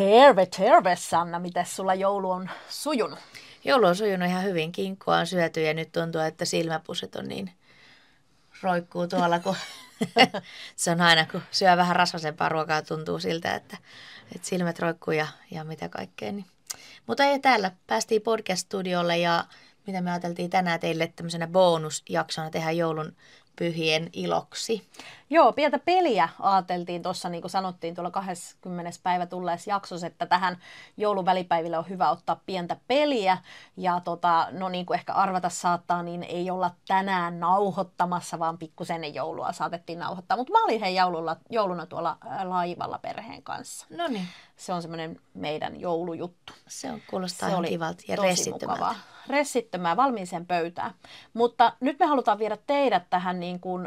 Terve Sanna, miten sulla joulu on sujunut? Joulu on sujunut ihan hyvin, kinkkua on syöty ja nyt tuntuu, että silmäpussit on niin roikkuu tuolla, kun se on aina, kun syö vähän rasvasempaa ruokaa, tuntuu siltä, että silmät roikkuu ja mitä kaikkea. Niin. Mutta ei täällä, päästiin podcast-studiolle ja mitä me ajateltiin tänään teille tämmöisenä bonusjaksona tehdä joulun pyhien iloksi. Joo, pientä peliä ajateltiin tuossa, niin kuin sanottiin tuolla 20. päivä tulleessa jaksossa, että tähän joulun välipäiville on hyvä ottaa pientä peliä. Ja no niin kuin ehkä arvata saattaa, niin ei olla tänään nauhoittamassa, vaan pikkusen ennen joulua saatettiin nauhoittaa. Mutta mä olin jouluna tuolla laivalla perheen kanssa. No niin. Se on semmoinen meidän joulujuttu. Se on, kuulostaa ihan kivalta ja ressittömältä. Ressittömää, valmiiseen pöytään. Mutta nyt me halutaan viedä teidät tähän niin kuin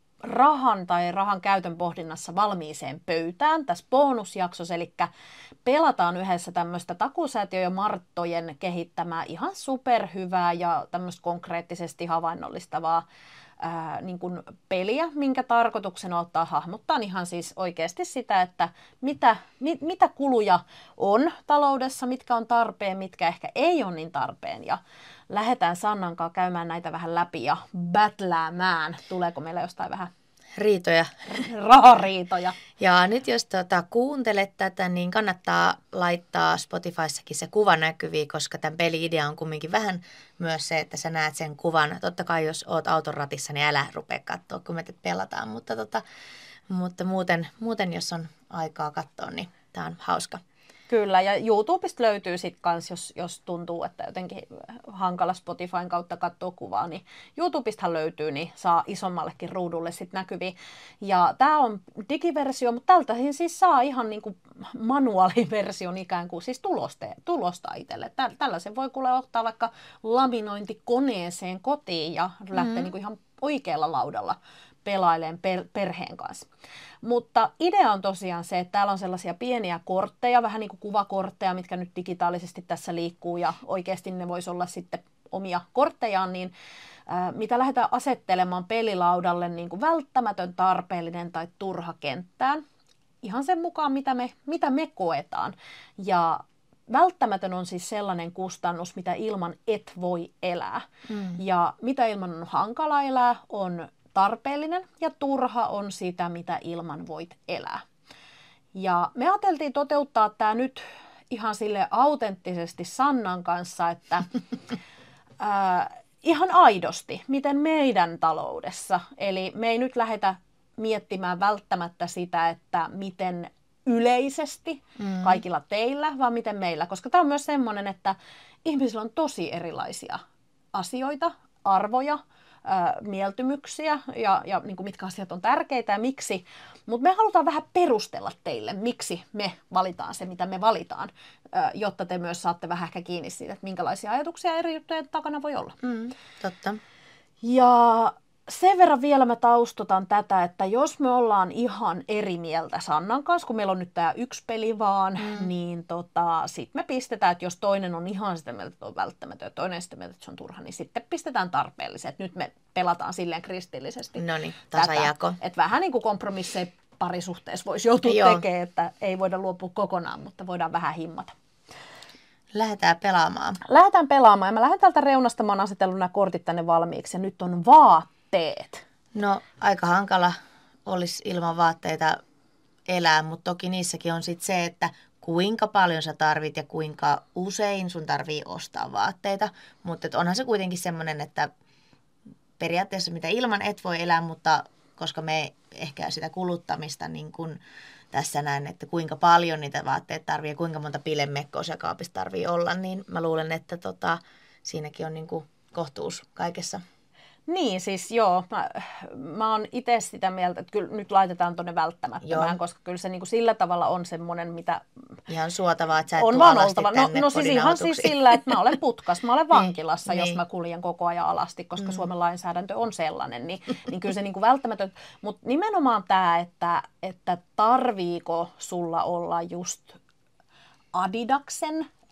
rahan käytön pohdinnassa valmiiseen pöytään tässä bonusjaksossa, eli pelataan yhdessä tämmöistä Takuusäätiö ja Marttojen kehittämää ihan superhyvää ja tämmöistä konkreettisesti havainnollistavaa niin kuin peliä, minkä tarkoituksena ottaa hahmottaa ihan siis oikeasti sitä, että mitä kuluja on taloudessa, mitkä on tarpeen, mitkä ehkä ei ole niin tarpeen ja lähdetään Sannan kanssa käymään näitä vähän läpi ja battläämään. Tuleeko meillä jostain vähän riitoja? Rahariitoja. Ja nyt jos kuuntelet tätä, niin kannattaa laittaa Spotifyssakin se kuva näkyviin, koska tämän peli-idea on kumminkin vähän myös se, että sä näet sen kuvan. Totta kai jos oot auton ratissa, niin älä rupea katsoa, kun me pelataan. Mutta muuten, jos on aikaa katsoa, niin tää on hauska. Kyllä, ja YouTubesta löytyy sitten kans, jos tuntuu, että jotenkin hankala Spotifyn kautta katsoa kuvaa, niin YouTubestahan löytyy, niin saa isommallekin ruudulle sitten näkyviin. Ja tämä on digiversio, mutta tältä siis saa ihan niinku manuaaliversion ikään kuin siis tulosta itselle. Tällaisen voi kuule ottaa vaikka laminointikoneeseen kotiin ja lähteä niinku ihan oikealla laudalla pelaileen perheen kanssa. Mutta idea on tosiaan se, että täällä on sellaisia pieniä kortteja, vähän niin kuin kuvakortteja, mitkä nyt digitaalisesti tässä liikkuu ja oikeasti ne voisi olla sitten omia korttejaan, niin mitä lähdetään asettelemaan pelilaudalle niin kuin välttämätön, tarpeellinen tai turha kenttään. Ihan sen mukaan, mitä me koetaan. Ja välttämätön on siis sellainen kustannus, mitä ilman et voi elää. Ja mitä ilman on hankala elää, on tarpeellinen ja turha on sitä, mitä ilman voit elää. Ja me ajateltiin toteuttaa tämä nyt ihan sille autenttisesti Sannan kanssa, että ihan aidosti, miten meidän taloudessa. Eli me ei nyt lähdetä miettimään välttämättä sitä, että miten yleisesti kaikilla teillä, vaan miten meillä. Koska tämä on myös semmoinen, että ihmisillä on tosi erilaisia asioita, arvoja, mieltymyksiä ja niin kuin mitkä asiat on tärkeitä ja miksi. Mutta me halutaan vähän perustella teille, miksi me valitaan se, mitä me valitaan, jotta te myös saatte vähän ehkä kiinni siitä, että minkälaisia ajatuksia eri juttujen takana voi olla. Totta. Ja sen verran vielä mä taustotan tätä, että jos me ollaan ihan eri mieltä Sannan kanssa, kun meillä on nyt tämä yksi peli vaan, niin sitten me pistetään, että jos toinen on ihan sitä mieltä, että on välttämätön ja toinen sitä mieltä, että se on turha, niin sitten pistetään tarpeelliset. Nyt me pelataan silleen kristillisesti. No niin, tasajako. Että vähän niin kuin kompromisseja parisuhteessa voisi joutua tekemään, että ei voida luopua kokonaan, mutta voidaan vähän himmata. Lähdetään pelaamaan. Lähdetään pelaamaan ja mä lähden täältä reunasta, mä oon asetellut nämä kortit tänne valmiiksi ja nyt on vaatteet. No aika hankala olisi ilman vaatteita elää, mutta toki niissäkin on sitten se, että kuinka paljon sä tarvit ja kuinka usein sun tarvii ostaa vaatteita. Mutta onhan se kuitenkin semmoinen, että periaatteessa mitä ilman et voi elää, mutta koska me ehkä sitä kuluttamista niin kun tässä näen, että kuinka paljon niitä vaatteita tarvii ja kuinka monta pilemekkoa siellä kaapissa tarvii olla, niin mä luulen, että siinäkin on niin kuin kohtuus kaikessa. Niin, siis joo. Mä oon itse sitä mieltä, että kyllä nyt laitetaan tuonne välttämättömään, koska kyllä se niin kuin sillä tavalla on semmoinen, mitä ihan suotavaa, että sä et on tule alasti tänne no siis ihan siis sillä, että mä olen putkas, mä olen vankilassa, jos mä kuljen koko ajan alasti, koska Suomen lainsäädäntö on sellainen, niin kyllä se niin kuin välttämätön. Mutta nimenomaan tämä, että tarviiko sulla olla just Adidaksen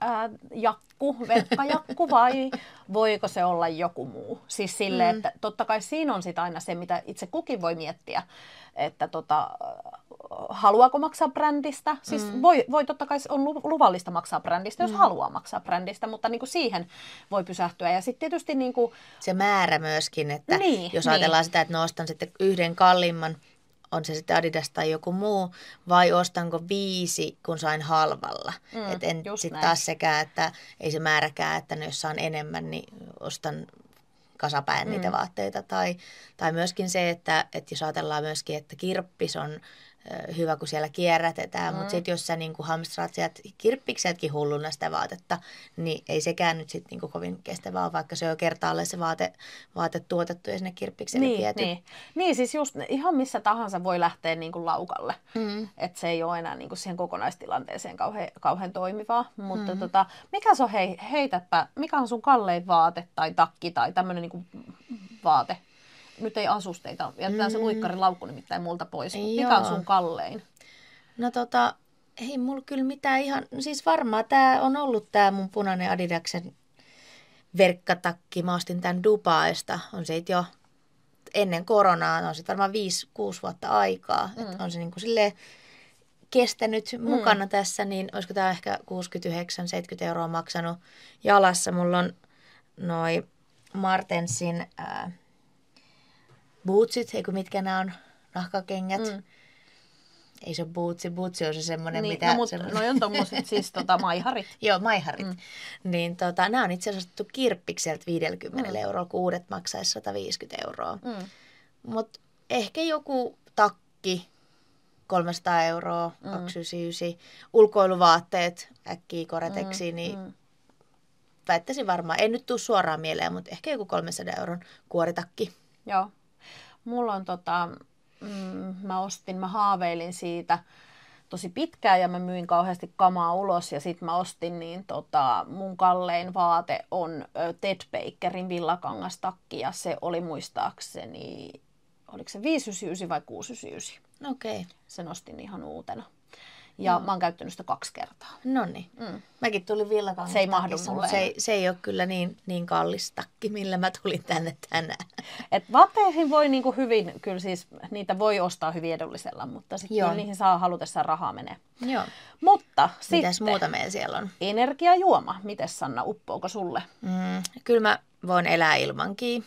verkkajakku vai voiko se olla joku muu? Siis silleen, että totta kai siinä on sitten aina se, mitä itse kukin voi miettiä, että haluaako maksaa brändistä? Siis voi totta kai on luvallista maksaa brändistä, jos haluaa maksaa brändistä, mutta niin kuin siihen voi pysähtyä. Ja sitten tietysti niin kuin se määrä myöskin, että jos ajatellaan sitä, että ostan sitten yhden kalliimman, on se sitten Adidas tai joku muu, vai ostanko 5, kun sain halvalla. Et en sitten taas sekään, että ei se määräkään, että jos saan enemmän, niin ostan kasapäin niitä vaatteita. Tai myöskin se, että jos ajatellaan myöskin, että kirppis on hyvä, kun siellä kierrätetään, mutta sitten jos sä niinku hamstraat sieltä kirppiksetkin hulluna sitä vaatetta, niin ei sekään nyt sitten niinku kovin kestävää ole, vaikka se on kertaalleen se vaate tuotettu ja sinne kirppikselle viety. Niin, siis just ihan missä tahansa voi lähteä niinku laukalle, että se ei ole enää niinku siihen kokonaistilanteeseen kauhean toimivaa, mutta mikä se on, heitäpä, mikä on sun kallein vaate tai takki tai tämmöinen niinku vaate? Nyt ei asusteita. Jätetään se luikkarilaukku nimittäin multa pois. Mikä on sun kallein? No ei mulla kyllä mitään ihan... No siis varmaan tää on ollut tää mun punainen Adidaksen verkkatakki. Mä ostin tän Dubaista. On siitä jo ennen koronaa. On sit varmaan 5-6 vuotta aikaa. Et on se niinku silleen kestänyt mukana tässä. Niin olisiko tää ehkä 69-70 € maksanut jalassa. Mulla on noi Martensin... bootsit, eikö mitkä nämä on, nahkakengät. Ei se ole bootsi on se semmoinen, niin, mitä... No on tommoset siis maiharit. Joo, maiharit. Niin nämä on itse asiassa otettu kirppikseltä 50 €, kun uudet maksaisi 150 €. Mutta ehkä joku takki, 300 €, 299, ulkoiluvaatteet äkkiä Gore-Texi, niin väittäisin varmaan, ei nyt tule suoraan mieleen, mutta ehkä joku 300 € kuoritakki. Joo. Mulla on mä haaveilin siitä tosi pitkään ja mä myin kauheasti kamaa ulos ja sit mä ostin mun kallein vaate on Ted Bakerin villakangastakki ja se oli muistaakseni, oliko se 599 vai 699? Okei. Sen ostin ihan uutena. Ja mä oon käyttänyt sitä 2 kertaa. Noniin. Mäkin tulin villakangastakissa. Se ei mahdu mulle. Se ei ole kyllä niin kallis takki, millä mä tulin tänne tänään. Et vaatteihin voi niinku hyvin, kyllä siis niitä voi ostaa hyvin edullisella, mutta sitten kyllä niihin saa halutessaan rahaa menee. Joo. Mutta mitäs sitten muuta meillä siellä on? Energiajuoma. Mites Sanna, uppoako sulle? Kyllä mä voin elää ilmankin.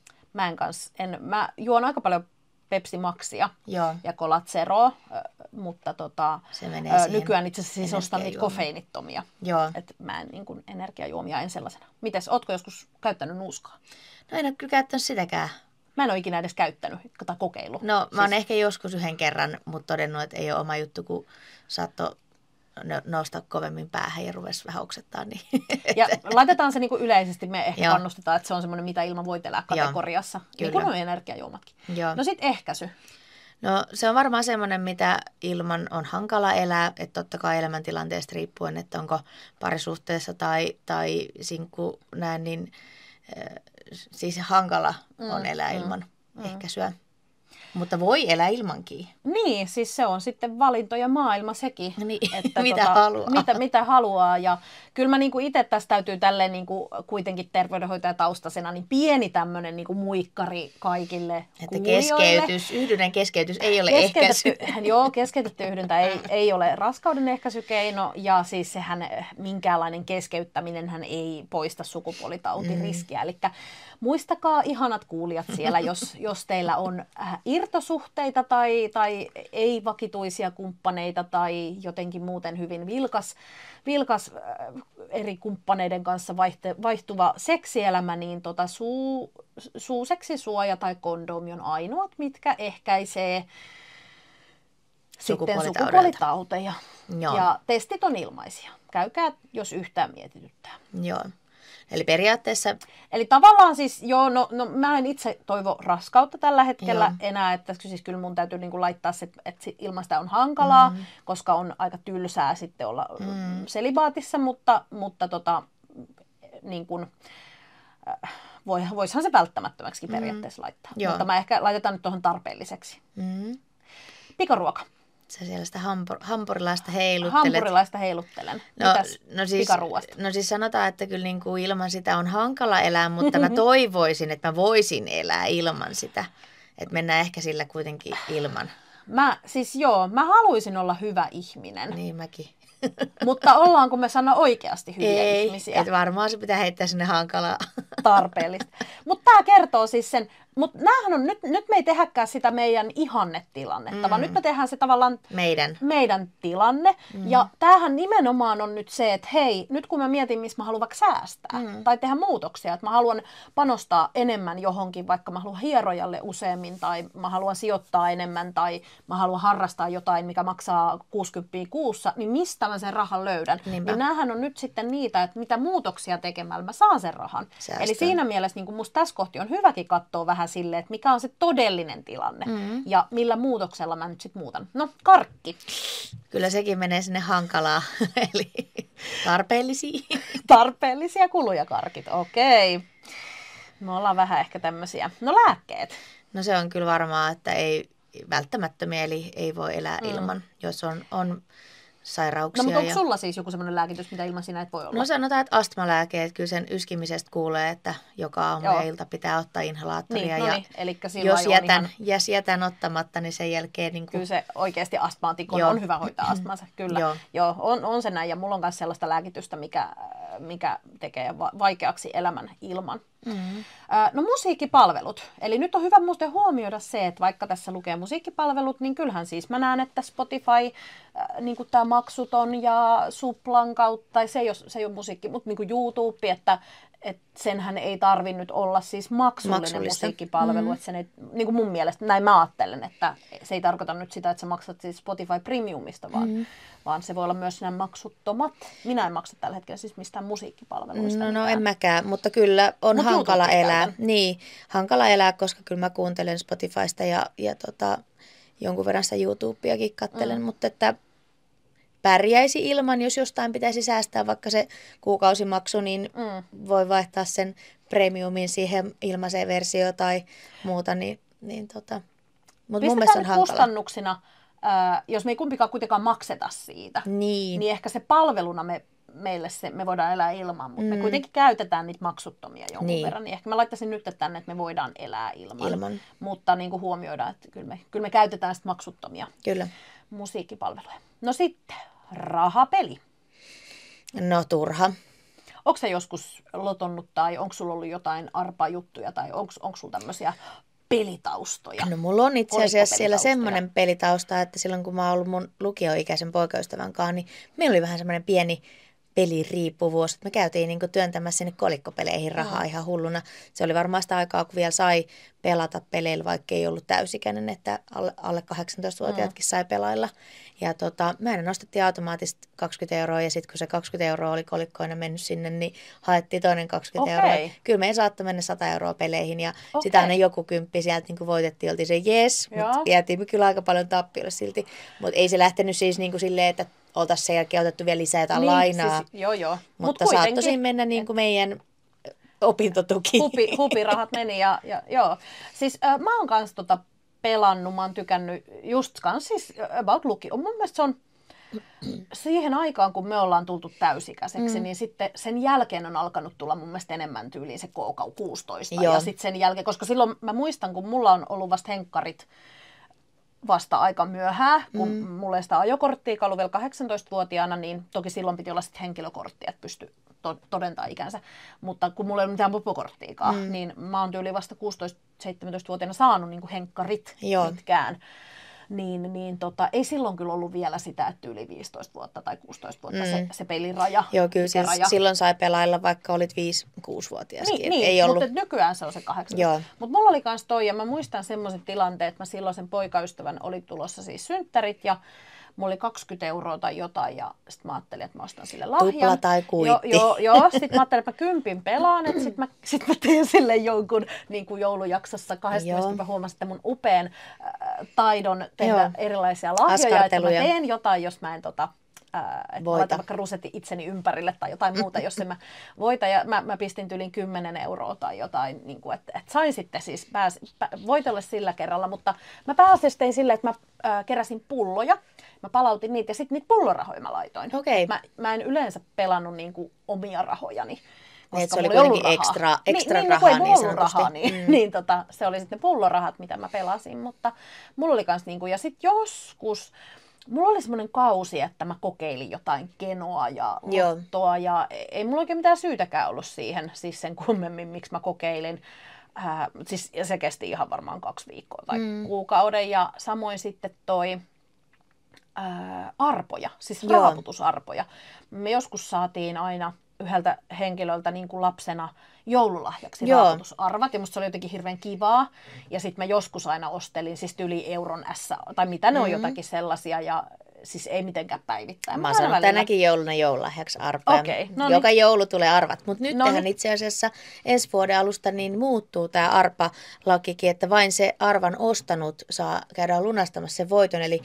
Mä juon aika paljon Pepsi Maxia ja Cola Zeroa, mutta nykyään itse asiassa siis ostan niitä kofeiinittomia. Et mä en niin kuin energiajuomia en sellaisena. Mites, ootko joskus käyttänyt nuuskaa? No en ole kyllä käyttänyt sitäkään. Mä en ole ikinä edes käyttänyt tai kokeillut. No mä oon ehkä joskus yhden kerran, mutta todennut, että ei ole oma juttu, kun saattoi nousta kovemmin päähän ja ruvesi vähän oksettaa. Niin. Ja laitetaan se niinku yleisesti, me ehkä kannustetaan, että se on semmoinen, mitä ilman voit elää kategoriassa. Niin kuin on energiajuomatkin. No sit ehkäisy. No se on varmaan semmoinen, mitä ilman on hankala elää, että totta kai elämäntilanteesta riippuen, että onko parisuhteessa tai sinkku näin, niin siis hankala on elää ilman ehkäisyä. Mutta voi elää ilmankin. Niin, siis se on sitten valintoja maailma sekin. Niin, että mitä haluaa. Mitä haluaa. Ja kyllä mä niinku itse tässä täytyy tälleen niinku kuitenkin terveydenhoitajataustasena niin pieni tämmöinen niinku muikkari kaikille että yhdynnän keskeytys ei ole ehkäisy. Joo, keskeytetty yhdyntä ei ole raskauden ehkäisykeino. Ja siis sehän minkäänlainen keskeyttäminenhän ei poista sukupuolitautiriskiä. Eli muistakaa ihanat kuulijat siellä, jos teillä on irtosuhteita tai ei-vakituisia kumppaneita tai jotenkin muuten hyvin vilkas eri kumppaneiden kanssa vaihtuva seksielämä, niin suuseksisuoja tai kondomi on ainoat, mitkä ehkäisee sitten sukupuolitauteja. Ja testit on ilmaisia. Käykää, jos yhtään mietityttää. Joo. Eli periaatteessa... Eli tavallaan siis, mä en itse toivo raskautta tällä hetkellä enää, että siis kyllä mun täytyy niinku laittaa se, että ilman sitä on hankalaa, koska on aika tylsää sitten olla selibaatissa, mutta niin kuin, voisihan se välttämättömäksikin periaatteessa laittaa. Mutta mä ehkä laitetaan nyt tuohon tarpeelliseksi. Pikaruoka. Sä siellä sitä hampurilaista heiluttelet. Hampurilaista heiluttelen. Mitäs pikaruuasta? No siis sanotaan, että kyllä niin kuin ilman sitä on hankala elää, mutta mä toivoisin, että mä voisin elää ilman sitä. Että mennään ehkä sillä kuitenkin ilman. Mä haluaisin olla hyvä ihminen. Niin mäkin. Mutta ollaanko me sana oikeasti hyviä ihmisiä? Ei, varmaan se pitää heittää sinne hankalaa. Tarpeellista. Mutta tämä kertoo siis sen, mutta näähän on, nyt me ei tehdäkään sitä meidän ihannetilannetta, vaan nyt me tehdään se tavallaan meidän tilanne. Ja tämähän nimenomaan on nyt se, että hei, nyt kun mä mietin, missä mä haluan vaikka säästää tai tehdä muutoksia, että mä haluan panostaa enemmän johonkin, vaikka mä haluan hierojalle useammin tai mä haluan sijoittaa enemmän tai mä haluan harrastaa jotain, mikä maksaa 60 kuussa, niin mistä mä sen rahan löydän? Niinpä. Niin näähän on nyt sitten niitä, että mitä muutoksia tekemällä mä saan sen rahan. Säästön. Eli siinä mielessä niin musta tässä kohti on hyväkin katsoa vähän silleen, että mikä on se todellinen tilanne ja millä muutoksella mä nyt sitten muutan. No, karkki. Kyllä sekin menee sinne hankalaa, eli tarpeellisia. Tarpeellisia kuluja karkit, okei. Me ollaan vähän ehkä tämmöisiä. No, lääkkeet. No se on kyllä varmaa, että ei välttämättömiä, eli ei voi elää ilman, jos on sairauksia. No, mutta onko sulla siis joku semmoinen lääkitys, mitä ilman sinä et voi olla? No sanotaan, että astmalääkeet, kyllä sen yskimisestä kuulee, että joka aamu ja ilta pitää ottaa inhalaattoria. Niin, eli jos jätän ottamatta, niin sen jälkeen... Niin kyllä se oikeasti astmaatikon on hyvä hoitaa astmansa, kyllä. Joo, on se näin, ja mulla on myös sellaista lääkitystä, mikä tekee vaikeaksi elämän ilman. No, musiikkipalvelut. Eli nyt on hyvä muuten huomioida se, että vaikka tässä lukee musiikkipalvelut, niin kyllähän siis mä näen, että Spotify, niin kuin tämä maksuton ja Suplan kautta, tai se ei ole musiikki, mutta niin kuin YouTube, että senhän ei tarvinnut olla siis maksullinen musiikkipalvelu. Että sen ei, niin kuin mun mielestä, näin mä ajattelen, että se ei tarkoita nyt sitä, että sä maksat siis Spotify Premiumista, vaan se voi olla myös nämä maksuttomat. Minä en maksa tällä hetkellä siis mistään musiikkipalveluista. No en mäkään, mutta kyllä on hankala elää. Niin, hankala elää, koska kyllä mä kuuntelen Spotifysta ja jonkun verran sitä YouTubeakin katselen, mutta että pärjäisi ilman, jos jostain pitäisi säästää vaikka se kuukausimaksu, niin voi vaihtaa sen premiumin siihen ilmaiseen versioon tai muuta, mutta mun mielestä on hankala. Kustannuksina, jos me ei kumpikaan kuitenkaan makseta siitä, niin ehkä se palveluna me voidaan elää ilman, mutta me kuitenkin käytetään niitä maksuttomia jonkun verran, niin ehkä mä laittaisin nyt tänne, että me voidaan elää ilman. Mutta niin kuin huomioidaan, että kyllä me käytetään sitten maksuttomia musiikkipalveluja. No sitten, rahapeli. No, turha. Onko se joskus lotonnut tai onko sulla ollut jotain arpajuttuja tai onko sulla tämmöisiä pelitaustoja? No, mulla on itse asiassa siellä semmoinen pelitausta, että silloin kun mä oon ollut mun lukioikäisen poikaystävän kanssa, niin meillä oli vähän semmoinen pieni peliriippuvuus, että me käytiin niin kuin työntämässä sinne kolikkopeleihin rahaa ihan hulluna. Se oli varmaan sitä aikaa, kun vielä sai pelata peleillä, vaikka ei ollut täysikäinen, että alle 18-vuotiaatkin sai pelailla. Ja me nostettiin automaattisesti 20 € ja sitten kun se 20 € oli kolikkoina mennyt sinne, niin haettiin toinen 20 €. Kyllä me saattoi mennä 100 € peleihin ja sitä aina joku kymppi sieltä niin kuin voitettiin, oltiin se jes, mutta jäätiin kyllä aika paljon tappiolle silti. Mutta ei se lähtenyt siis niin kuin silleen, että oltaisiin sen jälkeen otettu vielä lisää jotain lainaa. Siis, joo. Mutta saattoi siinä mennä niin kuin meidän opintotuki. Hupirahat meni ja joo. Siis mä oon kans pelannut, mä oon tykännyt just kans siis about lukio. Mun mielestä se on siihen aikaan, kun me ollaan tultu täysikäiseksi, niin sitten sen jälkeen on alkanut tulla mun mielestä enemmän tyyliin se K16. Ja sitten sen jälkeen, koska silloin mä muistan, kun mulla on ollut vasta henkkarit vasta aika myöhään, kun mulla ei sitä ajokorttia ollut vielä 18-vuotiaana, niin toki silloin piti olla sitten henkilökortti, että pystyi todentamaan ikänsä. Mutta kun mulla ei ole mitään mopokorttiikaan, niin mä oon tyyli vasta 16-17-vuotiaana saanut niin kuin henkkarit mitkään. Ei silloin kyllä ollut vielä sitä, että yli 15 vuotta tai 16 vuotta se peliraja. Joo, kyllä siis silloin sai pelailla, vaikka olit 5-6-vuotiaskin. Niin, mutta nykyään se on se 18. Mutta mulla oli kans toi, ja mä muistan semmoisen tilanteen, että mä silloin poikaystävän oli tulossa siis synttärit, ja mulla oli 20 € tai jotain, ja sitten mä ajattelin, että mä ostan sille lahjan. Tupla tai kuitti. Joo, sitten mä ajattelin, että mä 10 pelaan, että sit mä teen sille jonkun niin kuin joulujaksossa 12, mä huomasin, että mun upean taidon tehdä erilaisia lahjoja, että mä teen jotain, jos mä en että mä laitan vaikka rusetti itseni ympärille tai jotain muuta, jos en mä voita. Ja mä pistin yli 10 euroa tai jotain, niin kuin, että sain sitten siis voitella sillä kerralla. Mutta mä pääasiassa tein silleen, että mä keräsin pulloja. Mä palautin niitä ja sitten niitä pullorahoja mä laitoin. Okay. Mä en yleensä pelannut niin kuin omia rahojani. Niin, se oli kuitenkin extra niin, rahaa niin niin sanotusti. Rahaa, niin se oli sitten pullorahat, mitä mä pelasin. Mutta mulla oli kans niin kuin, ja sitten joskus mulla oli semmoinen kausi, että mä kokeilin jotain kenoa ja lottoa ja ei mulla oikein mitään syytäkään ollut siihen, siis sen kummemmin, miksi mä kokeilin. Siis, ja se kesti ihan varmaan 2 viikkoa tai kuukauden ja samoin sitten toi arpoja, siis raaputusarpoja. Me joskus saatiin aina yhdeltä henkilöltä niin kuin lapsena joululahjaksi raaputusarvat, ja musta se oli jotenkin hirveän kivaa. Ja sitten mä joskus aina ostelin siis yli euron tai mitä ne on jotakin sellaisia, ja siis ei mitenkään päivittäin. Mä oon saanut tänäkin jouluna joululahjaksi arpoja. Okay, joka joulu tulee arvat, mutta nyt tähän itse asiassa ensi vuoden alusta niin muuttuu tämä arpalakikin, että vain se arvan ostanut saa käydä lunastamassa sen voiton, eli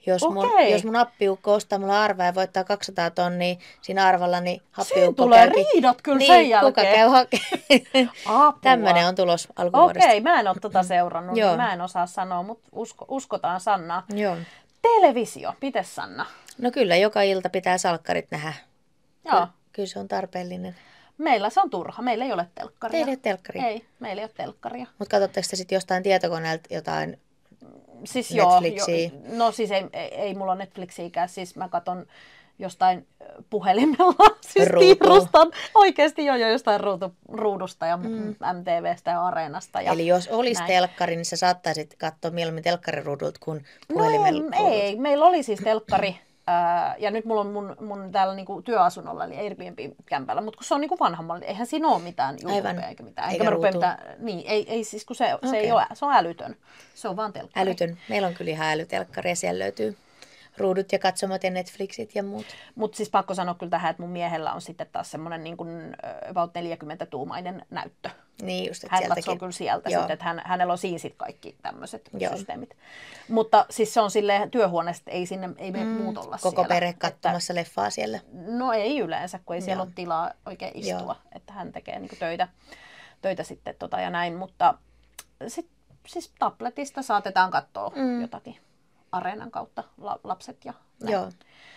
jos mun appiukko ostaa mulla arvaa ja voittaa 200 tonnia siinä arvalla, niin appiukko tulee riidat kyllä niin, sen jälkeen. Kuka käy hakemaan. Tämmöinen on tulos alkuvuodesta. Okei, mä en ole tota seurannut, niin mä en osaa sanoa, mutta uskotaan Sannaa. Joo. Televisio, mites Sanna? No kyllä, joka ilta pitää salkkarit nähdä. Joo. Kyllä se on tarpeellinen. Meillä se on turha, meillä ei ole telkkaria. Teillä ei ole telkkaria? Ei, meillä ei ole telkkaria. Mutta katsotteko te sitten jostain tietokoneelta jotain siis Netflixiä? No siis ei mulla ole Netflixiäkään, siis mä katson jostain puhelimella, siis tiirustan oikeasti jostain ruudusta ja MTVstä ja Areenasta. Ja eli jos olisi telkkari, niin sä saattaisit katsoa mieluummin telkkariruudulta kuin puhelimella. No ei, meillä oli siis telkkari. Ja nyt mulla on mun täällä niinku työasunnolla, eli Airbnb-kämpällä, mutta kun se on niinku vanhammallinen, eihän siinä ole mitään YouTubea eikä mitään. Eikä mä rupea mitään, niin, ei siis kun se ei ole, se on älytön. Se on vaan telkkari. Älytön. Meillä on kyllä ihan älytelkkari ja siellä löytyy ruudut ja katsomot ja Netflixit ja muut. Mutta siis pakko sanoa kyllä tähän, että mun miehellä on sitten taas semmoinen niin kuin about 40-tuumainen näyttö. Niin just, että hän katsoo kyllä sieltä sitten, että hänellä on siinä sitten kaikki tämmöiset systeemit. Mutta siis se on silleen työhuoneesta, ei me muut olla koko siellä. perhe katsomassa leffaa siellä? No ei yleensä, kun ei siellä ole tilaa oikein istua, että hän tekee niin kuin töitä sitten ja näin. Mutta sitten siis tabletista saatetaan katsoa jotakin. Areenan kautta lapset ja näin. Joo.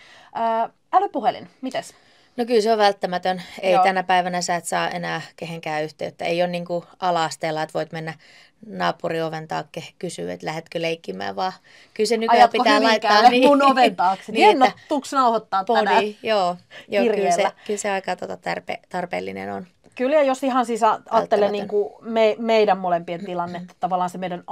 Älypuhelin, mites? No kyllä se on välttämätön. Ei tänä päivänä sä et saa enää kehenkään yhteyttä. Ei ole niin kuin ala-asteella, että voit mennä naapurin oven taakse kysyä, että lähdetkö leikkimään, vaan kyllä se nykyään pitää laittaa niin, mun oven taakse. Niin, että tuuks nauhoittaa tänään Joo, kyllä se aika tarpeellinen on. Kyllä, ja jos ihan siis ajattelee niin kuin meidän molempien tilannetta, tavallaan se meidän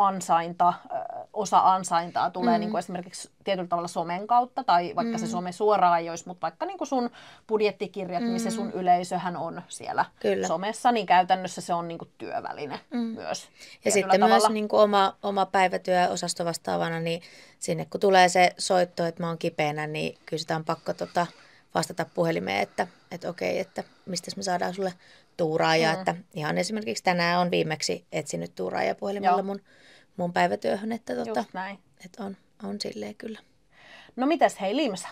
osa ansaintaa tulee niin kuin esimerkiksi tietyllä tavalla somen kautta, tai vaikka se some suoraan ei olisi, mutta vaikka niin kuin sun budjettikirjat, missä sun yleisöhän on siellä somessa, niin käytännössä se on niin kuin työväline myös. Ja sitten tavalla. Myös niin kuin oma päivätyö osastovastaavana, niin sinne kun tulee se soitto, että mä oon kipeänä, niin kyllä sitä on pakko vastata puhelimeen, että okei, että mistä me saadaan sulle tuuraaja. Että ihan esimerkiksi tänään on viimeksi etsinyt tuuraaja puhelimella mun päivätyöhön, että, että on silleen kyllä. No mitäs hei limsa?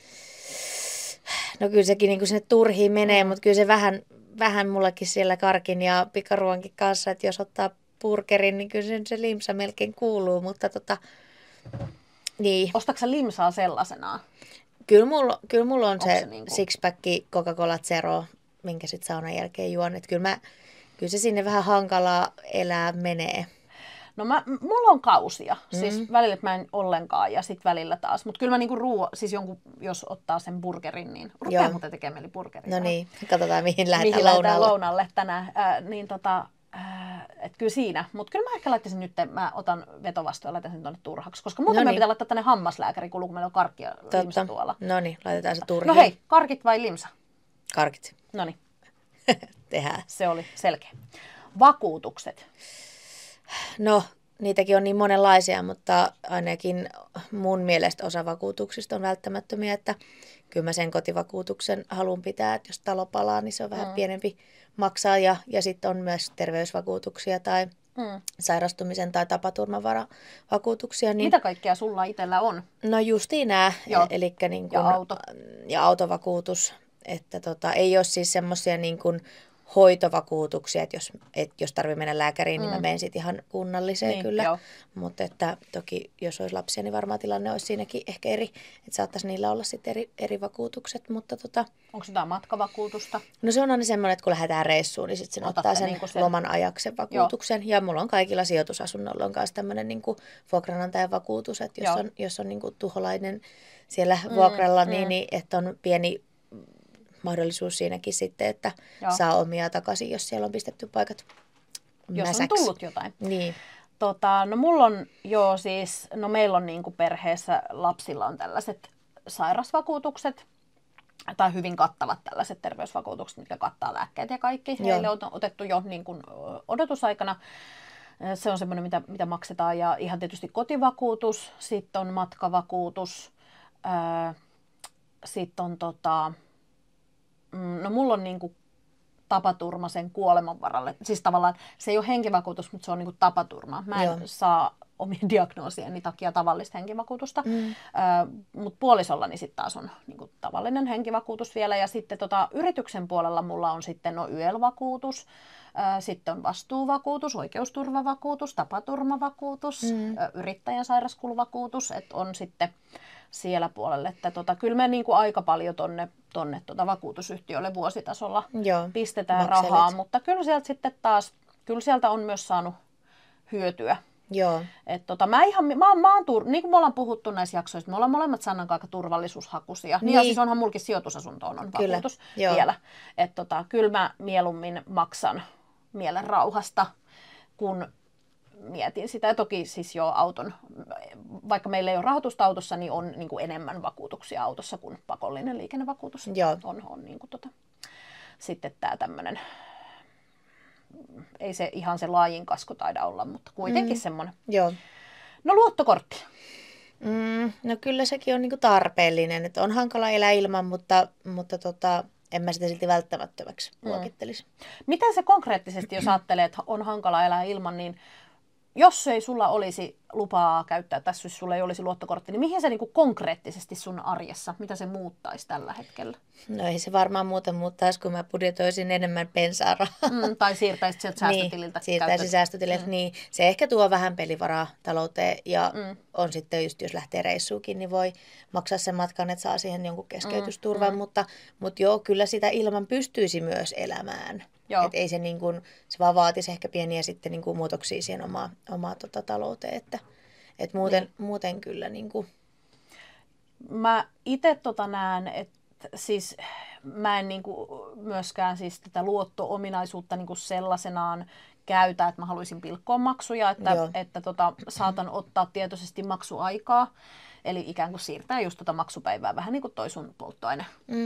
No kyllä sekin niin kuin sinne turhiin menee, mutta kyllä se vähän mullakin siellä karkin ja pikaruonkin kanssa, että jos ottaa burgerin, niin kyllä se limsa melkein kuuluu, mutta niin. Ostatko sä limsaa sellaisenaan? Kyllä mulla on se niinku six-pack Coca-Cola Zero, minkä sitten saunan jälkeen juon. Että kyllä se sinne vähän hankalaa elää menee. No mulla on kausia. Siis välillä mä en ollenkaan ja sitten välillä taas. Mutta kyllä mä niinku siis jos ottaa sen burgerin, niin rupeaa muuten tekemään mieli burgerin. No niin, katsotaan mihin lähdetään lounalle tänään. Että kyllä siinä. Mutta kyllä mä ehkä laittaisin nyt, mä otan vetovastoon ja laitan sen tuonne turhaksi. Koska muuten meidän pitää laittaa tänne hammaslääkärikulu, kun meillä on karkki ja limsa tuolla. No niin, laitetaan se turhiin. No hei, karkit vai limsa? Karkit. No niin. Tehdään. Se oli selkeä. Vakuutukset. No, niitäkin on niin monenlaisia, mutta ainakin mun mielestä osa vakuutuksista on välttämättömiä, että kyllä mä sen kotivakuutuksen haluan pitää, että jos talo palaa, niin se on vähän pienempi maksaa ja sitten on myös terveysvakuutuksia tai sairastumisen tai tapaturmavakuutuksia. Niin, mitä kaikkea sulla itsellä on? no justiin nämä, eli niin kun, ja autovakuutus, että ei ole siis semmoisia niin kun hoitovakuutuksia, että jos tarvitsee mennä lääkäriin, niin mä menen sitten ihan kunnalliseen niin, kyllä. Joo. Mutta että toki jos olisi lapsia, niin varmaan tilanne olisi siinäkin ehkä eri, että saattaisi niillä olla sitten eri vakuutukset. Mutta onko jotain matkavakuutusta? No se on aina semmoinen, että kun lähdetään reissuun, niin sitten sen ottaa sen, niin sen loman ajaksi sen vakuutuksen. Joo. Ja mulla on kaikilla sijoitusasunnoilla on myös tämmöinen niin vuokranantajan vakuutus, että jos on niin kuin tuholainen siellä vuokralla, niin että on pieni mahdollisuus siinäkin sitten, että saa omia takaisin, jos siellä on pistetty paikat mäsäksi. Jos on tullut jotain. Niin. No mulla on meillä on niinku perheessä lapsilla on tällaiset sairasvakuutukset, tai hyvin kattavat tällaiset terveysvakuutukset, mitkä kattaa lääkkeet ja kaikki. Heille on otettu jo niin kuin odotusaikana. Se on semmoinen, mitä maksetaan. Ja ihan tietysti kotivakuutus, sitten on matkavakuutus, sitten on no mulla on niinku tapaturma sen kuoleman varalle. Siis tavallaan se ei ole henkivakuutus, mutta se on niinku tapaturma. Mä en saa omien diagnoosieni takia tavallista henkivakuutusta. Mutta puolisollani sitten taas on niinku tavallinen henkivakuutus vielä. Ja sitten yrityksen puolella mulla on sitten YEL-vakuutus, sitten on vastuuvakuutus, oikeusturvavakuutus, tapaturmavakuutus, yrittäjän sairauskuluvakuutus, että on sitten siellä puolelle. Että kyllä me niinku aika paljon tonne vakuutusyhtiölle vuositasolla pistetään rahaa, mutta kyllä sieltä sitten taas, kyllä sieltä on myös saanut hyötyä. Joo. Niin kuin me ollaan puhuttu näissä jaksoissa, me ollaan molemmat Sannan aika turvallisuushakuisia. Niin. Ja siis onhan mulkin sijoitusasuntoon on vakuutus vielä. Että kyllä mä mieluummin maksan mielen rauhasta, kun mietin sitä. Ja toki siis jo auton, vaikka meillä ei ole rahoitusta autossa, niin on niin kuin enemmän vakuutuksia autossa kuin pakollinen liikennevakuutus. On niin kuin sitten tämä tämmöinen, ei se ihan se laajin kasku taida olla, mutta kuitenkin semmoinen. Joo. No luottokortti. No kyllä sekin on niinku tarpeellinen, että on hankala elää ilman, mutta en mä sitä silti välttämättömäksi luokittelisi. Miten se konkreettisesti, jos ajattelee, että on hankala elää ilman, niin jos ei sulla olisi lupaa käyttää tässä, jos sulla ei olisi luottokortti, niin mihin se niinku konkreettisesti sun arjessa, mitä se muuttaisi tällä hetkellä? No ei se varmaan muuten muuttaisi, kun mä budjetoisin enemmän bensaa rahaa. Tai siirtäisit sieltä säästötililtä. Niin, siirtäisin säästötililtä. Niin, se ehkä tuo vähän pelivaraa talouteen ja on sitten just, jos lähtee reissuukin, niin voi maksaa sen matkan, että saa siihen jonkun keskeytysturvan. Mutta joo, kyllä sitä ilman pystyisi myös elämään. Että ei se, niin kuin, se vaan vaatisi ehkä pieniä sitten niin kuin muutoksia siihen omaa talouteen, että muuten kyllä. Niin kuin. Mä itse näen, että siis mä en niin kuin myöskään siis tätä luotto-ominaisuutta niin kuin sellaisenaan käytä, että mä haluaisin pilkkoa maksuja, että saatan ottaa tietoisesti maksuaikaa, eli ikään kuin siirtää just maksupäivää vähän niin kuin toi sun polttoaine.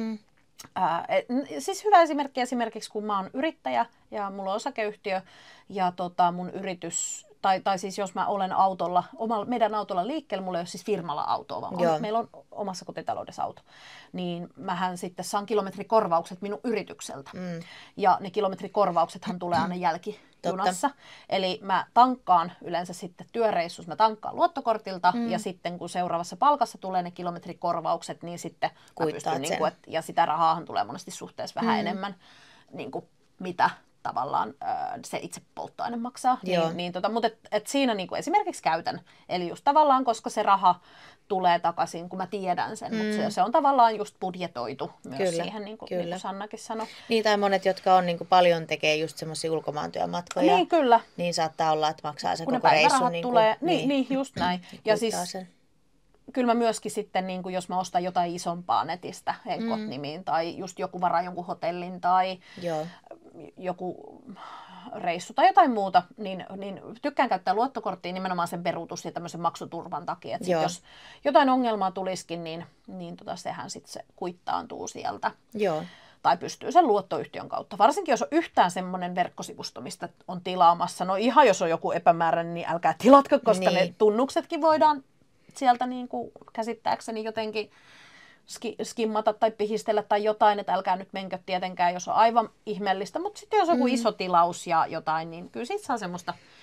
Siis hyvä esimerkiksi, kun mä oon yrittäjä ja mulla on osakeyhtiö ja mun yritys, tai siis jos mä olen meidän autolla liikkeellä, mulla ei ole siis firmalla autoa, vaan meillä on omassa kotitaloudessa auto, niin mähän sitten saan kilometrikorvaukset minun yritykseltä. Ja ne kilometrikorvauksethan tulee aina jälkijunassa. Eli mä tankkaan yleensä sitten työreissussa, mä tankkaan luottokortilta ja sitten kun seuraavassa palkassa tulee ne kilometrikorvaukset, niin sitten mä pystyn, ja sitä rahaahan tulee monesti suhteessa vähän enemmän, niin kuin mitä tavallaan se itse polttoaine maksaa. Mutta siinä niin kuin esimerkiksi käytän. Eli just tavallaan, koska se raha tulee takaisin, kun mä tiedän sen. Mutta se on tavallaan just budjetoitu myös siihen, niin kuin Sannakin sanoi. Niin, tai monet, jotka on niin kuin paljon tekee just semmoisia ulkomaantyömatkoja. Niin, kyllä. Niin saattaa olla, että maksaa sen kun koko reissun. Niin, just näin. Ja siis kyllä mä myöskin sitten, niin kuin jos mä ostan jotain isompaa netistä, Henkot-nimiin, tai just joku varaa jonkun hotellin, tai joku reissu tai jotain muuta, niin tykkään käyttää luottokorttia nimenomaan sen peruutus- ja tämmöisen maksuturvan takia. Että jos jotain ongelmaa tulisikin, niin sehän sitten se kuittaantuu sieltä. Joo. Tai pystyy sen luottoyhtiön kautta. Varsinkin jos on yhtään semmoinen verkkosivusto, mistä on tilaamassa. No ihan jos on joku epämääräinen, niin älkää tilatko, koska ne tunnuksetkin voidaan sieltä niin kuin käsittääkseni jotenkin skimmata tai pihistellä tai jotain, että älkää nyt menkö tietenkään, jos on aivan ihmeellistä. Mutta sitten jos on joku iso tilaus ja jotain, niin kyllä siitä saa semmoista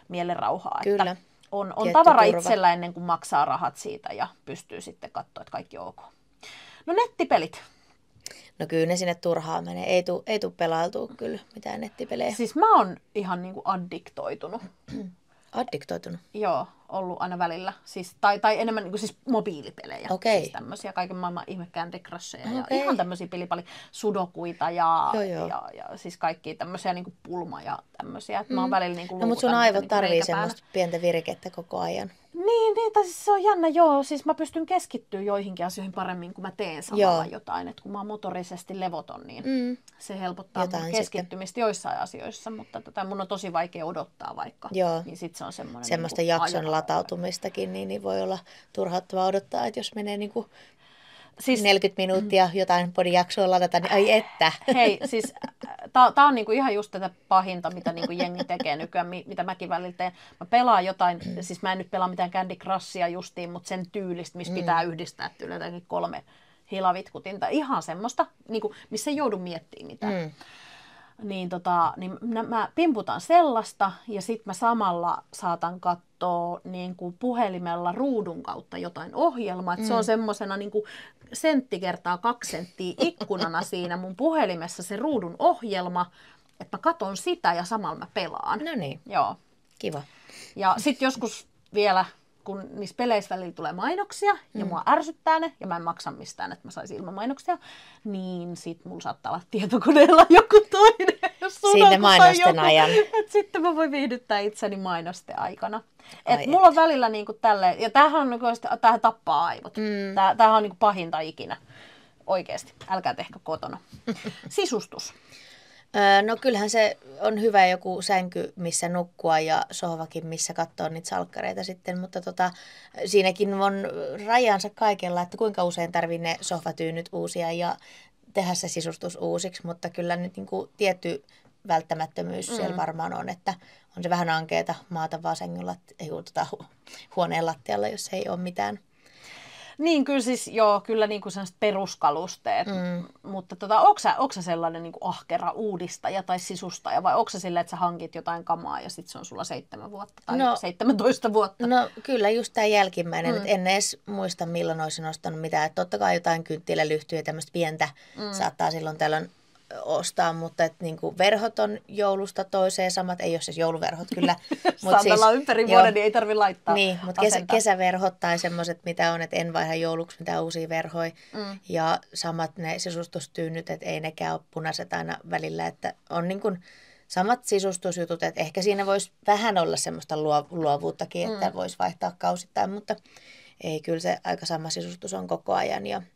mielenrauhaa. Kyllä. Että on Tietty tavara turva. itsellä ennen kuin maksaa rahat siitä ja pystyy sitten katsoa, että kaikki on ok. No nettipelit. No kyllä ne sinne turhaan menee. Ei tuu pelailtua kyllä mitään nettipelejä. Siis mä oon ihan niinku addiktoitunut. Addiktoitunut. Joo, ollut aina välillä. Siis, tai enemmän niinku siis mobiilipelejä. Okei. Siis tämmöisiä kaiken maailman ihme Candy Crushia ja Okei. ihan tämmöisiä sudokuita ja, Joo. ja siis kaikkia tämmöisiä niinku pulma ja tämmöisiä. Että mä oon välillä niinku No, mutta sun luukutan niitä aivot niinku tarvii reikäpäänä. semmoista pientä virikettä koko ajan. Niin, tai siis se on jännä, joo. Siis mä pystyn keskittyä joihinkin asioihin paremmin, kun mä teen samalla jotain. Että kun mä oon motorisesti levoton, niin se helpottaa Jotain mun keskittymistä joissain asioissa. Mutta mun on tosi vaikea odottaa vaikka. Joo. Niin sit se on semmoinen Semmoista niinku jakson latautumistakin, niin voi olla turhauttavaa odottaa, että jos menee niinku siis, 40 minuuttia jotain podijaksoa ladata, niin ai että. Hei, siis tää on niinku ihan just tätä pahinta, mitä niinku jengi tekee nykyään, mitä mäkin välillä teen. Mä pelaan jotain, siis mä en nyt pelaa mitään Candy Crushia justiin, mutta sen tyylistä, missä pitää yhdistää jotenkin 3 hilavitkutinta. Ihan semmoista, niinku, missä ei joudu miettimään mitään. Niin, mä pimputan sellaista ja sitten mä samalla saatan katsoa niin kuin puhelimella ruudun kautta jotain ohjelmaa. Se on semmosena niin kuin sentti kertaa 2 senttiä ikkunana siinä mun puhelimessa se ruudun ohjelma, että mä katon sitä ja samalla mä pelaan. No niin, Joo. kiva. Ja sitten joskus vielä, kun niissä peleissä välillä tulee mainoksia ja mua ärsyttää ne ja mä en maksa mistään, että mä saisin ilman mainoksia, niin sit mulla saattaa olla tietokoneella joku toinen. Sinne mainosten ajan. Et sitten mä voin viihdyttää itseni mainosten aikana. Et mulla on välillä niinku tälleen, ja tämähän tappaa aivot. Tämähän on niinku pahinta ikinä. Oikeesti, älkää tehkö kotona. Sisustus. No kyllähän se on hyvä joku sänky, missä nukkua ja sohvakin, missä katsoa niitä salkkareita sitten, mutta siinäkin on rajansa kaikella, että kuinka usein tarvii ne sohvatyynyt uusia ja tehdä se sisustus uusiksi, mutta kyllä nyt niin kuin tietty välttämättömyys siellä varmaan on, että on se vähän ankeeta maata vaan sängyllä, huoneen lattialla, jos ei ole mitään. Niin, kyllä siis, joo, kyllä niin kuin sellaiset peruskalusteet, mutta onko sä sellainen niin kuin ahkera uudistaja tai sisustaja, vai onko sä silleen, että sä hankit jotain kamaa ja sitten se on sulla 7 vuotta tai 17 vuotta? No kyllä just tämä jälkimmäinen, että en edes muista milloin olisin ostanut mitään, että totta kai jotain kynttilälyhtyä ja tämmöistä pientä saattaa silloin tällöin ostaa, mutta et niinku verhot on joulusta toiseen samat, ei ole siis jouluverhot kyllä. Sandalla siis, ympäri vuoden, niin ei tarvitse laittaa. Niin, mutta kesäverhot tai semmoiset, mitä on, että en vaihda jouluksi mitään uusia verhoja. Ja samat ne sisustustyynyt, että ei nekään ole punaiset aina välillä, että on niin kuin samat sisustusjutut, että ehkä siinä voisi vähän olla semmoista luovuuttakin, että voisi vaihtaa kausittain, mutta ei, kyllä se aika sama sisustus on koko ajan ja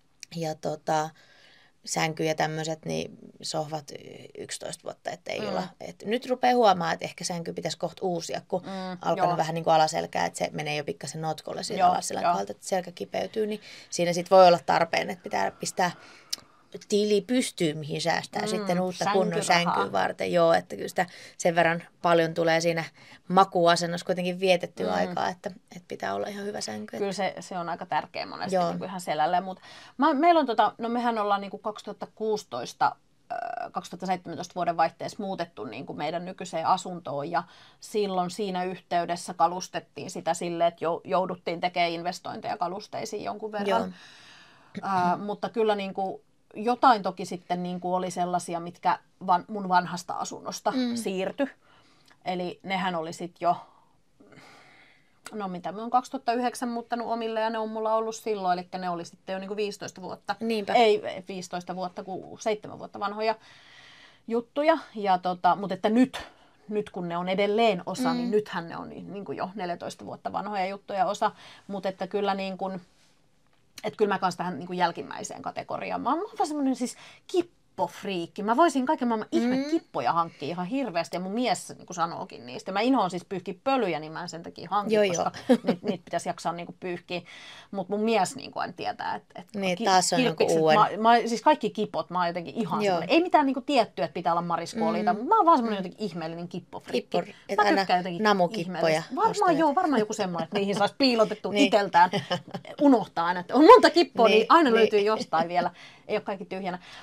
sänky ja tämmöiset, niin sohvat 11 vuotta, että ei olla. Et nyt rupeaa huomaamaan, että ehkä sänky pitäisi kohta uusia, kun alkanut vähän niin kuin alaselkää, että se menee jo pikkasen notkolle siitä alaselän kohdalta, että selkä kipeytyy, niin siinä sitten voi olla tarpeen, että pitää pistää tili pystyyn, mihin säästää sitten uutta kunnon sänkyä varten. Joo, että kyllä sitä sen verran paljon tulee siinä makuasennossa kuitenkin vietettyä aikaa, että pitää olla ihan hyvä sänky. Kyllä se on aika tärkeä monesti niin kuin ihan selälleen. Mutta meillä on mehän ollaan niin kuin 2016 2017 vuoden vaihteessa muutettu niin kuin meidän nykyiseen asuntoon ja silloin siinä yhteydessä kalustettiin sitä silleen, että jouduttiin tekemään investointeja kalusteisiin jonkun verran. Mutta kyllä niin kuin jotain toki sitten niin kuin oli sellaisia, mitkä mun vanhasta asunnosta siirtyi. Eli nehän oli sitten jo, no mitä, mä oon 2009 muuttanut omille ja ne on mulla ollut silloin, eli ne oli sitten jo niin kuin 15 vuotta. Niinpä. Ei 15 vuotta, kuin 7 vuotta vanhoja juttuja. Ja mutta että nyt kun ne on edelleen osa, niin nythän ne on niin kuin jo 14 vuotta vanhoja juttuja osa. Mutta että kyllä niin kuin, että kyllä mä kanssa tähän niin kuin jälkimmäiseen kategoriaan. Mä oon vaan semmoinen siis kippofriikki. Mä voisin kaiken maailman ihme kippoja hankkia ihan hirveästi ja mun mies niin kuin sanookin niistä. Mä inhoan siis pyyhkiä pölyjä, niin mä en sen takia hanki, koska niitä pitäisi jaksaa niin kuin pyyhkiä. Mutta mun mies niin kuin aina tietää, että niin, taas on joku uuden. Siis kaikki kipot, mä oon jotenkin ihan semmoinen. Ei mitään niin kuin tiettyä, että pitää olla mariskooliita. Mä oon vaan semmoinen jotenkin ihmeellinen kippofriikki. Mä tykkään jotenkin namukippoja. Varmaan joku semmoinen, että niihin saisi piilotettua itseltään. Unohtaa aina, että on monta kippoa, niin aina löytyy jostain vielä. Ei ole kaikki tyhjänä.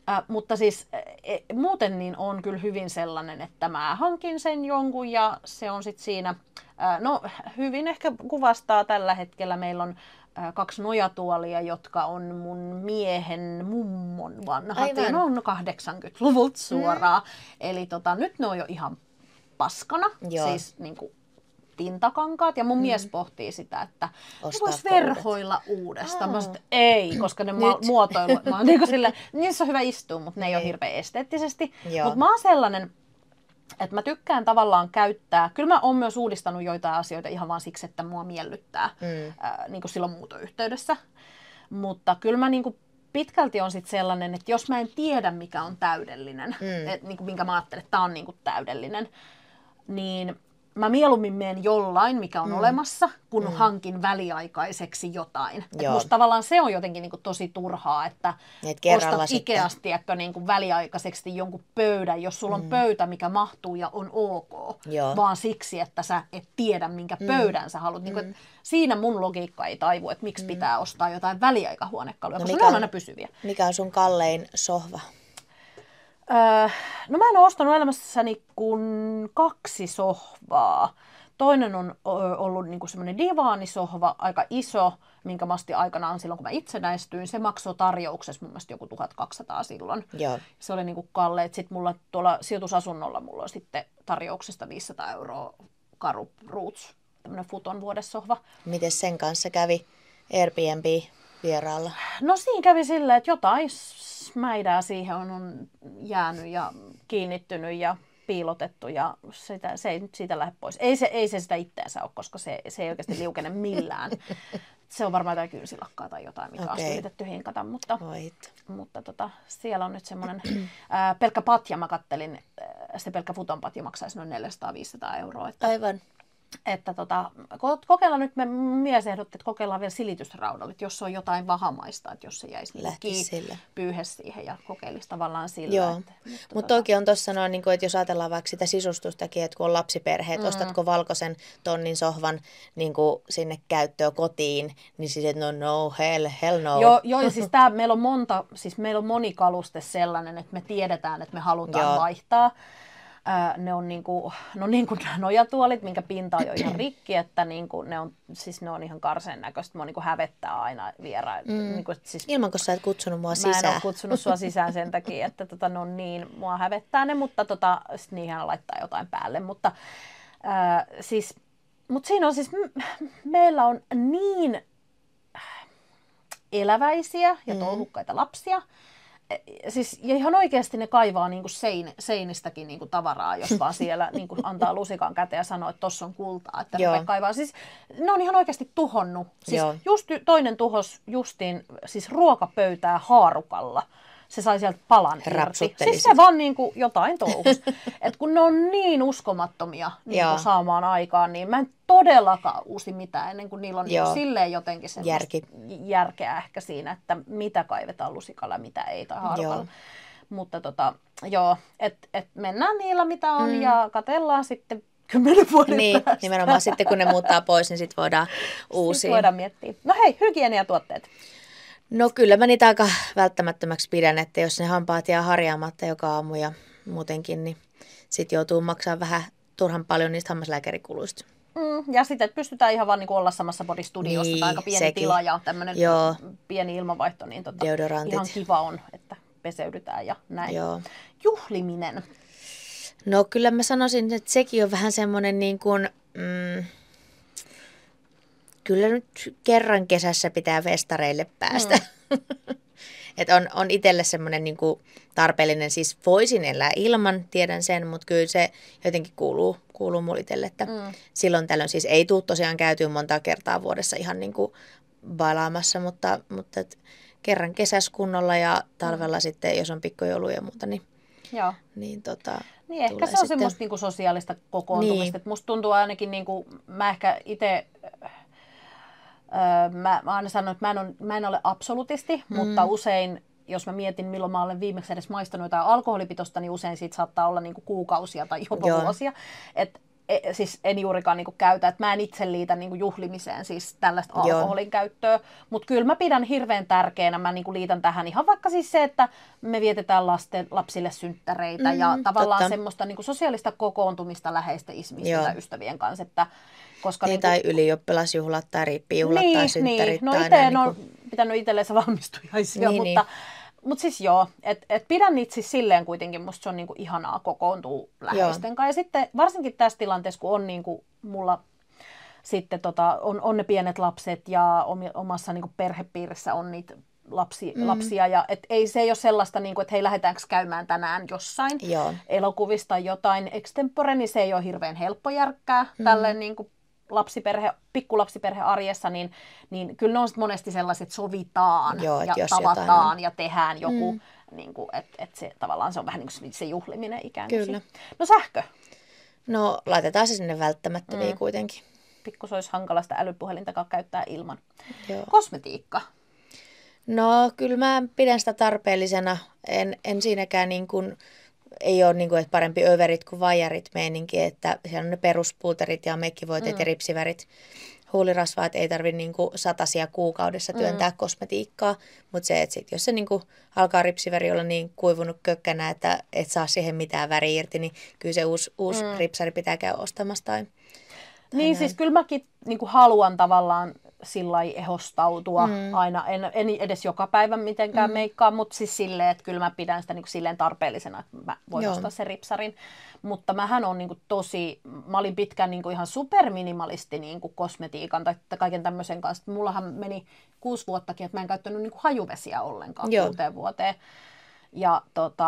Mutta siis muuten niin on kyllä hyvin sellainen, että mä hankin sen jonkun ja se on sitten siinä, no hyvin ehkä kuvastaa tällä hetkellä, meillä on 2 nojatuolia, jotka on mun miehen mummon vanhat. Aivan. Ja ne on 80-luvulta suoraan. Eli nyt ne on jo ihan paskana, Joo. siis niinku tintakankaat. Ja mun mies pohtii sitä, että ne vois Ostaako verhoilla uudestaan. Mä sanoin, että ei, koska ne Nyt. muotoilu, mä oon niinku silleen, niissä on hyvä istua, mutta ne ei ole hirveän esteettisesti. Joo. Mutta mä oon sellainen, että mä tykkään tavallaan käyttää, kyllä mä oon myös uudistanut joitain asioita ihan vaan siksi, että mua miellyttää niin kuin silloin muutoyhteydessä. Mutta kyllä mä niin kuin pitkälti on sitten sellainen, että jos mä en tiedä mikä on täydellinen, niin kuin minkä mä ajattelen, että tää on niin kuin täydellinen, niin mä mieluummin menen jollain, mikä on olemassa, kun hankin väliaikaiseksi jotain. Et musta tavallaan se on jotenkin niin kuin tosi turhaa, että ostat Ikeasta niin kuin väliaikaiseksi jonkun pöydän, jos sulla on pöytä, mikä mahtuu ja on ok, vaan siksi, että sä et tiedä, minkä pöydän sä haluat. Niin kuin, siinä mun logiikka ei taivu, että miksi pitää ostaa jotain väliaikahuonekaluja, koska ne on aina pysyviä. Mikä on sun kallein sohva? No mä en ole ostanut elämässäni kuin 2 sohvaa. Toinen on ollut niinku semmoinen divaanisohva, aika iso, minkä mä astin aikanaan silloin, kun mä itsenäistyin. Se maksoi tarjouksessa mun mielestä joku 1200 silloin. Joo. Se oli niinku kalleet. Sitten mulla tuolla sijoitusasunnolla mulla on sitten tarjouksesta 500 € Karu Roots, tämmöinen futon vuodessohva. Miten sen kanssa kävi Airbnb-vieraalla? No siinä kävi silleen, että jotain mäidää siihen on jäänyt ja kiinnittynyt ja piilotettu ja se ei nyt siitä lähde pois. Ei se sitä itteensä ole, koska se ei oikeasti liukene millään. Se on varmaan jotain kynsilakkaa tai jotain, mikä on yritetty hinkata, mutta siellä on nyt semmoinen pelkkä patja. Mä kattelin, se pelkkä futon patja maksaisi noin 400-500 €. Että, Aivan. Että kokeillaan nyt, mies ehdotti, että kokeillaan vielä silitysraudalla, että jos on jotain vahamaista, että jos se jäisi pyyhe siihen ja kokeilisi tavallaan sillä. Joo, mutta toki on tuossa noin, niin että jos ajatellaan vaikka sitä sisustustakin, että kun on lapsiperheet, ostatko valkoisen tonnin sohvan niin kuin sinne käyttöön kotiin, niin siis että no hell no. Joo ja siis meillä on moni kaluste sellainen, että me tiedetään, että me halutaan vaihtaa. Ne on niin kuin nojatuolit, minkä pinta on jo ihan rikki, että ne on ihan karseen näköistä. Mua niin kuin hävettää aina vieraita. Niin siis, ilman, kun sä et kutsunut mua sisään. Mä en ole kutsunut sua sisään sen takia, että mua hävettää ne, mutta sit niihin laittaa jotain päälle. Mutta siinä on siis, meillä on niin eläväisiä ja touhukkaita lapsia. Siis, ja ihan oikeasti ne kaivaa niin kuin seinistäkin niin kuin tavaraa, jos vaan siellä niin kuin antaa lusikan käteen ja sanoo, että tossa on kultaa. Että ne kaivaa. Siis, ne on ihan oikeasti tuhonnut. Siis toinen tuhos justiin siis ruokapöytää haarukalla. Se sai sieltä palan irti. Siis se vaan niin kuin jotain touhus. Et kun ne on niin uskomattomia niin kuin saamaan aikaan, niin mä en todellakaan uusi mitään ennen kuin niillä on niin silleen jotenkin järkeä ehkä siinä, että mitä kaivetaan lusikalla ja mitä ei tai haarukalla. Mutta et mennään niillä mitä on ja katsellaan sitten 10 vuoden päästä. Nimenomaan sitten kun ne muuttaa pois, niin sitten voidaan uusia. Sitten voidaan miettiä. No hei, hygieniatuotteet. No kyllä mä niitä aika välttämättömäksi pidän, että jos ne hampaat jää harjaamatta joka aamu ja muutenkin, niin sitten joutuu maksamaan vähän turhan paljon niistä hammaslääkärikuluista. Ja sitten, että pystytään ihan vaan niin olla samassa bodystudiossa tai aika pieni tila ja tämmöinen pieni ilmanvaihto, niin ihan kiva on, että peseydytään ja näin. Joo. Juhliminen. No kyllä mä sanoisin, että sekin on vähän semmoinen niin kuin... Kyllä nyt kerran kesässä pitää festareille päästä. Että on itselle semmoinen niin kuin tarpeellinen, siis voisin elää ilman, tiedän sen, mutta kyllä se jotenkin kuuluu mulle itselle, että silloin tällöin siis ei tule tosiaan käytyä monta kertaa vuodessa ihan niin kuin bailaamassa, mutta kerran kesässä kunnolla ja talvella sitten, jos on pikkujouluja ja muuta, niin ehkä se on semmoista niin kuin sosiaalista kokoontumista. Niin. Musta tuntuu ainakin, niin kuin, mä ehkä itse... Mä aina sanon, että mä en ole absolutisti, mutta usein, jos mä mietin, milloin mä olen viimeksi edes maistanut jotain alkoholipitosta, niin usein siitä saattaa olla niin kuin kuukausia tai jopa vuosia. siis en juurikaan niin kuin käytä, että mä en itse liitä niin kuin juhlimiseen siis tällaista alkoholin käyttöä, mutta kyllä mä pidän hirveän tärkeänä, mä niin kuin liitän tähän ihan vaikka siis se, että me vietetään lapsille synttäreitä ja tavallaan semmoista niin kuin sosiaalista kokoontumista läheisten ihmisten tai ystävien kanssa, että koska niin, tai ylioppilasjuhlat tai riippijuhlat tai synttärit. No itse en ole pitänyt itsellensä valmistujaisia, mutta siis joo, että pidän niitä siis silleen kuitenkin, musta se on niinku ihanaa kokoontua läheisten kanssa. Ja sitten varsinkin tässä tilanteessa, kun on niinku mulla sitten on ne pienet lapset ja omassa niinku perhepiirissä on niitä lapsia. Ja se ei ole sellaista, niinku, että hei, lähdetäänkö käymään tänään jossain elokuvista tai jotain extempore, niin se ei ole hirveän helppo järkkää tälleen niinku pikkulapsiperhe arjessa, niin kyllä ne on monesti sellaiset, että sovitaan ja tavataan ja tehdään joku, niin että se, tavallaan se on vähän niin kuin se juhliminen ikään kuin. Kyllä. No sähkö? No laitetaan se sinne välttämättömiin kuitenkin. Pikku se olisi hankala sitä älypuhelintakaan käyttää ilman. Joo. Kosmetiikka? No kyllä mä pidän sitä tarpeellisena. En siinäkään niin kuin ei ole niin kuin, että parempi överit kuin vajarit meininki, että siellä on ne peruspuuterit ja meikkivoiteet ja ripsivärit. Huulirasvaat ei tarvitse niin kuin 100 kuukaudessa työntää kosmetiikkaa, mutta se, että sit, jos se niin kuin alkaa ripsiväri olla niin kuivunut kökkänä, että et saa siihen mitään väriä irti, niin kyllä se uusi ripsari pitää käydä ostamassa. Tai niin, siis kyllä mäkin niin kuin haluan tavallaan sillai ehostautua aina, en edes joka päivä mitenkään meikkaa, mutta siis silleen, että kyllä mä pidän sitä niin kuin silleen tarpeellisena, että mä voin ostaa sen ripsarin. Mutta mähän on niin kuin mä olin pitkään niin kuin ihan superminimalisti niin kuin kosmetiikan tai kaiken tämmöisen kanssa. Mullahan meni 6 vuottakin, että mä en käyttänyt niin kuin hajuvesiä ollenkaan 6 vuoteen. Ja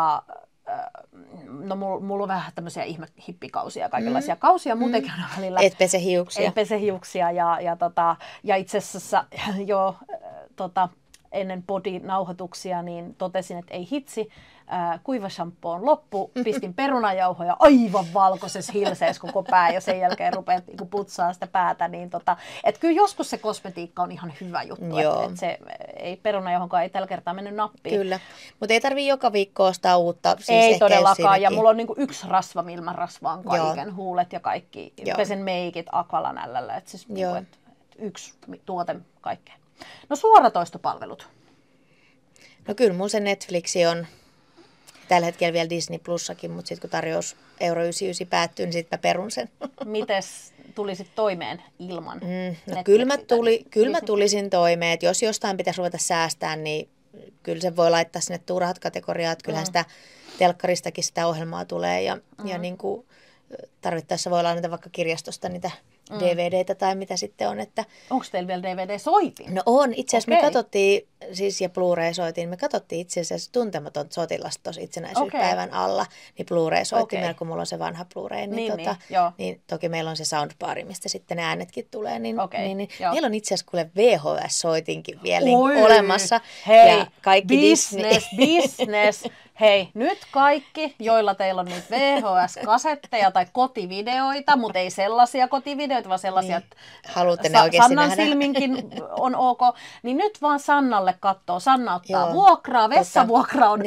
no mulla on vähän tämmöisiä ihme hippikausia, kaikenlaisia kausia muutenkin on välillä. Et pese hiuksia. En pese hiuksia ja itse asiassa jo ennen bodynauhoituksia niin totesin, että ei hitsi, kuiva shampoo on loppu, pistin perunajauhoja aivan valkoisessa hilseessä koko pää ja sen jälkeen rupeat niin putsaa sitä päätä. Niin että kyllä joskus se kosmetiikka on ihan hyvä juttu, että se ei perunajauhonkaan ei tällä kertaa mennyt nappiin. Kyllä, mutta ei tarvitse joka viikko ostaa uutta. Siis ei todellakaan, ja mulla on niin kuin 1 rasva, millä mä rasvaan kaiken, huulet ja kaikki, pesen meikit Aqualanällä, että siis niin kuin, että 1 tuote kaikkeen. No suoratoistopalvelut. No kyllä mun se Netflixi on tällä hetkellä vielä Disney Plussakin, mutta sitten kun tarjous €1,99 päättyy, niin sitten mä perun sen. Mites tulisit toimeen ilman no kyllä mä tulisin toimeen, että jos jostain pitäisi ruveta säästämään, niin kyllä se voi laittaa sinne turhat kategoriaat. Kyllähän sitä telkkaristakin sitä ohjelmaa tulee ja niin kuin tarvittaessa voi lainata vaikka kirjastosta niitä DVDtä tai mitä sitten on. Että onko teillä vielä DVD-soitin? No on. Itse asiassa me katsottiin, siis ja Blu-ray-soitin, me katsottiin itse asiassa Tuntematon sotilas tuossa itsenäisyyspäivän alla, niin Blu-ray-soittimella, kun mulla on se vanha Blu-ray, niin toki meillä on se soundbari, mistä sitten ne äänetkin tulee, niin meillä on itse asiassa kuule VHS-soitinkin vielä olemassa. Hei, ja kaikki business. Hei, nyt kaikki, joilla teillä on niitä VHS-kasetteja tai kotivideoita, mutta ei sellaisia kotivideoita, vaan sellaisia, että Sannan nähdä. Silminkin on ok, niin nyt vaan Sannalle kattoo. Sanna ottaa vuokraa, vessavuokra on,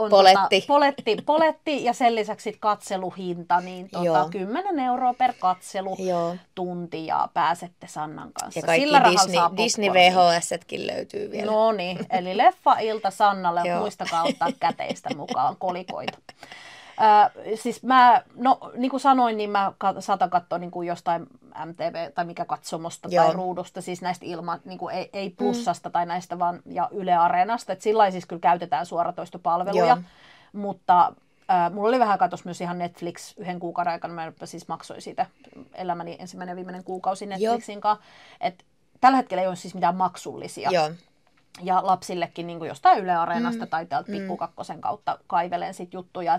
poletti ja sen lisäksi sit katseluhinta, niin 10 € per katselutunti ja pääsette Sannan kanssa. Ja kaikki Disney VHS-etkin löytyy vielä. No niin, eli leffa-ilta Sannalle, muistakaa ottaa käteistä mukaan kolikoita. Siis niin kuin sanoin, niin mä saatan katsoa niin kuin jostain MTV tai mikä katsomosta tai ruudusta, siis näistä ilman, niin kuin ei plussasta tai näistä vaan ja Yle Areenasta, että sillä siis kyllä käytetään suoratoistopalveluja, mutta mulla oli vähän katos myös ihan Netflix 1 kuukauden aikana, mä siis maksoin siitä elämäni ensimmäinen ja viimeinen kuukausi Netflixin kanssa, että tällä hetkellä ei ole siis mitään maksullisia. Ja lapsillekin niin kuin jostain Yle Areenasta tai täältä Pikku Kakkosen kautta kaivelen sit juttuja,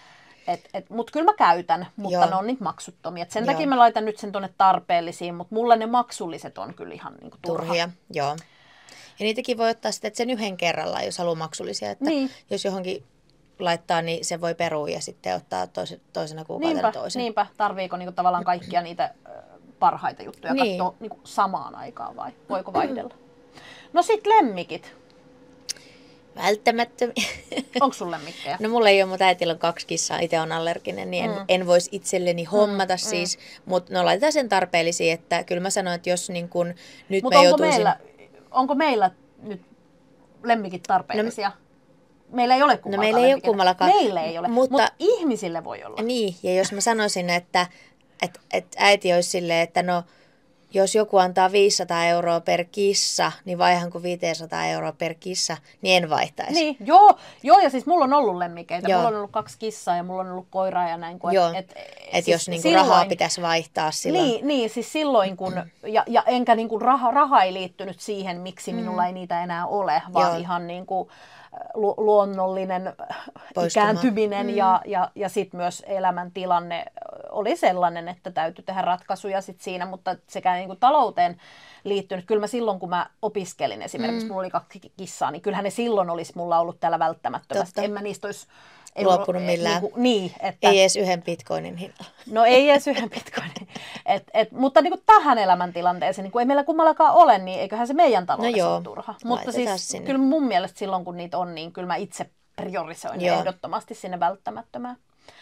mutta kyllä mä käytän, mutta ne on niitä maksuttomia. Et sen takia mä laitan nyt sen tuonne tarpeellisiin, mutta mulle ne maksulliset on kyllä ihan niin kuin turhia. Joo. Ja niitäkin voi ottaa sitten sen 1 kerralla, jos haluaa maksullisia. Että jos johonkin laittaa, niin se voi perua ja sitten ottaa toisena kuukautena toisen. Niinpä, tarviiko niinku tavallaan kaikkia niitä parhaita juttuja katsoa niinku samaan aikaan vai voiko vaihdella? No sit lemmikit. välttämättömiä. Onko sulle lemmikkejä? No mulla ei ole, mutta äitillä on 2 kissaa, itse on allerginen, niin en voisi itselleni hommata siis, mutta no laitetaan sen tarpeellisiin, että kyllä mä sanoin, että jos niin kun nyt Mutta mä joutuisin... onko meillä nyt lemmikit tarpeellisia? Meillä ei ole kummallakaan. No meillä ei ole kummallakaan. Meillä ei ole, mutta ihmisille voi olla. Niin, ja jos mä sanoisin, että äiti olisi silleen, että no jos joku antaa 500 € per kissa, niin vaihanko 500 € per kissa, niin en vaihtaisi. Niin, joo, ja siis mulla on ollut lemmikeitä. Mulla on ollut 2 kissaa ja mulla on ollut koiraa ja näin. Että siis jos niinku rahaa pitäisi vaihtaa silloin. Niin, siis silloin kun, ja enkä niinku raha ei liittynyt siihen, miksi minulla ei niitä enää ole, vaan ihan niinku luonnollinen ikääntyminen ja sitten myös elämäntilanne oli sellainen, että täytyy tehdä ratkaisuja sit siinä, mutta sekään niin kuin talouteen liittynyt. Kyllä mä silloin, kun mä opiskelin esimerkiksi, mulla oli 2 kissaa, niin kyllähän ne silloin olisi mulla ollut täällä välttämättömästi. Totta. En mä niistä olisi luopunut millään. Ei edes 1 bitcoinin hinnalla. No ei edes 1 bitcoinin. Mutta niin kuin tähän elämäntilanteeseen, niin kun ei meillä kummallakaan ole, niin eiköhän se meidän taloudessa ole turha. Mutta siis sinne. Kyllä mun mielestä silloin, kun niitä on, niin kyllä mä itse priorisoin ehdottomasti sinne välttämättömään.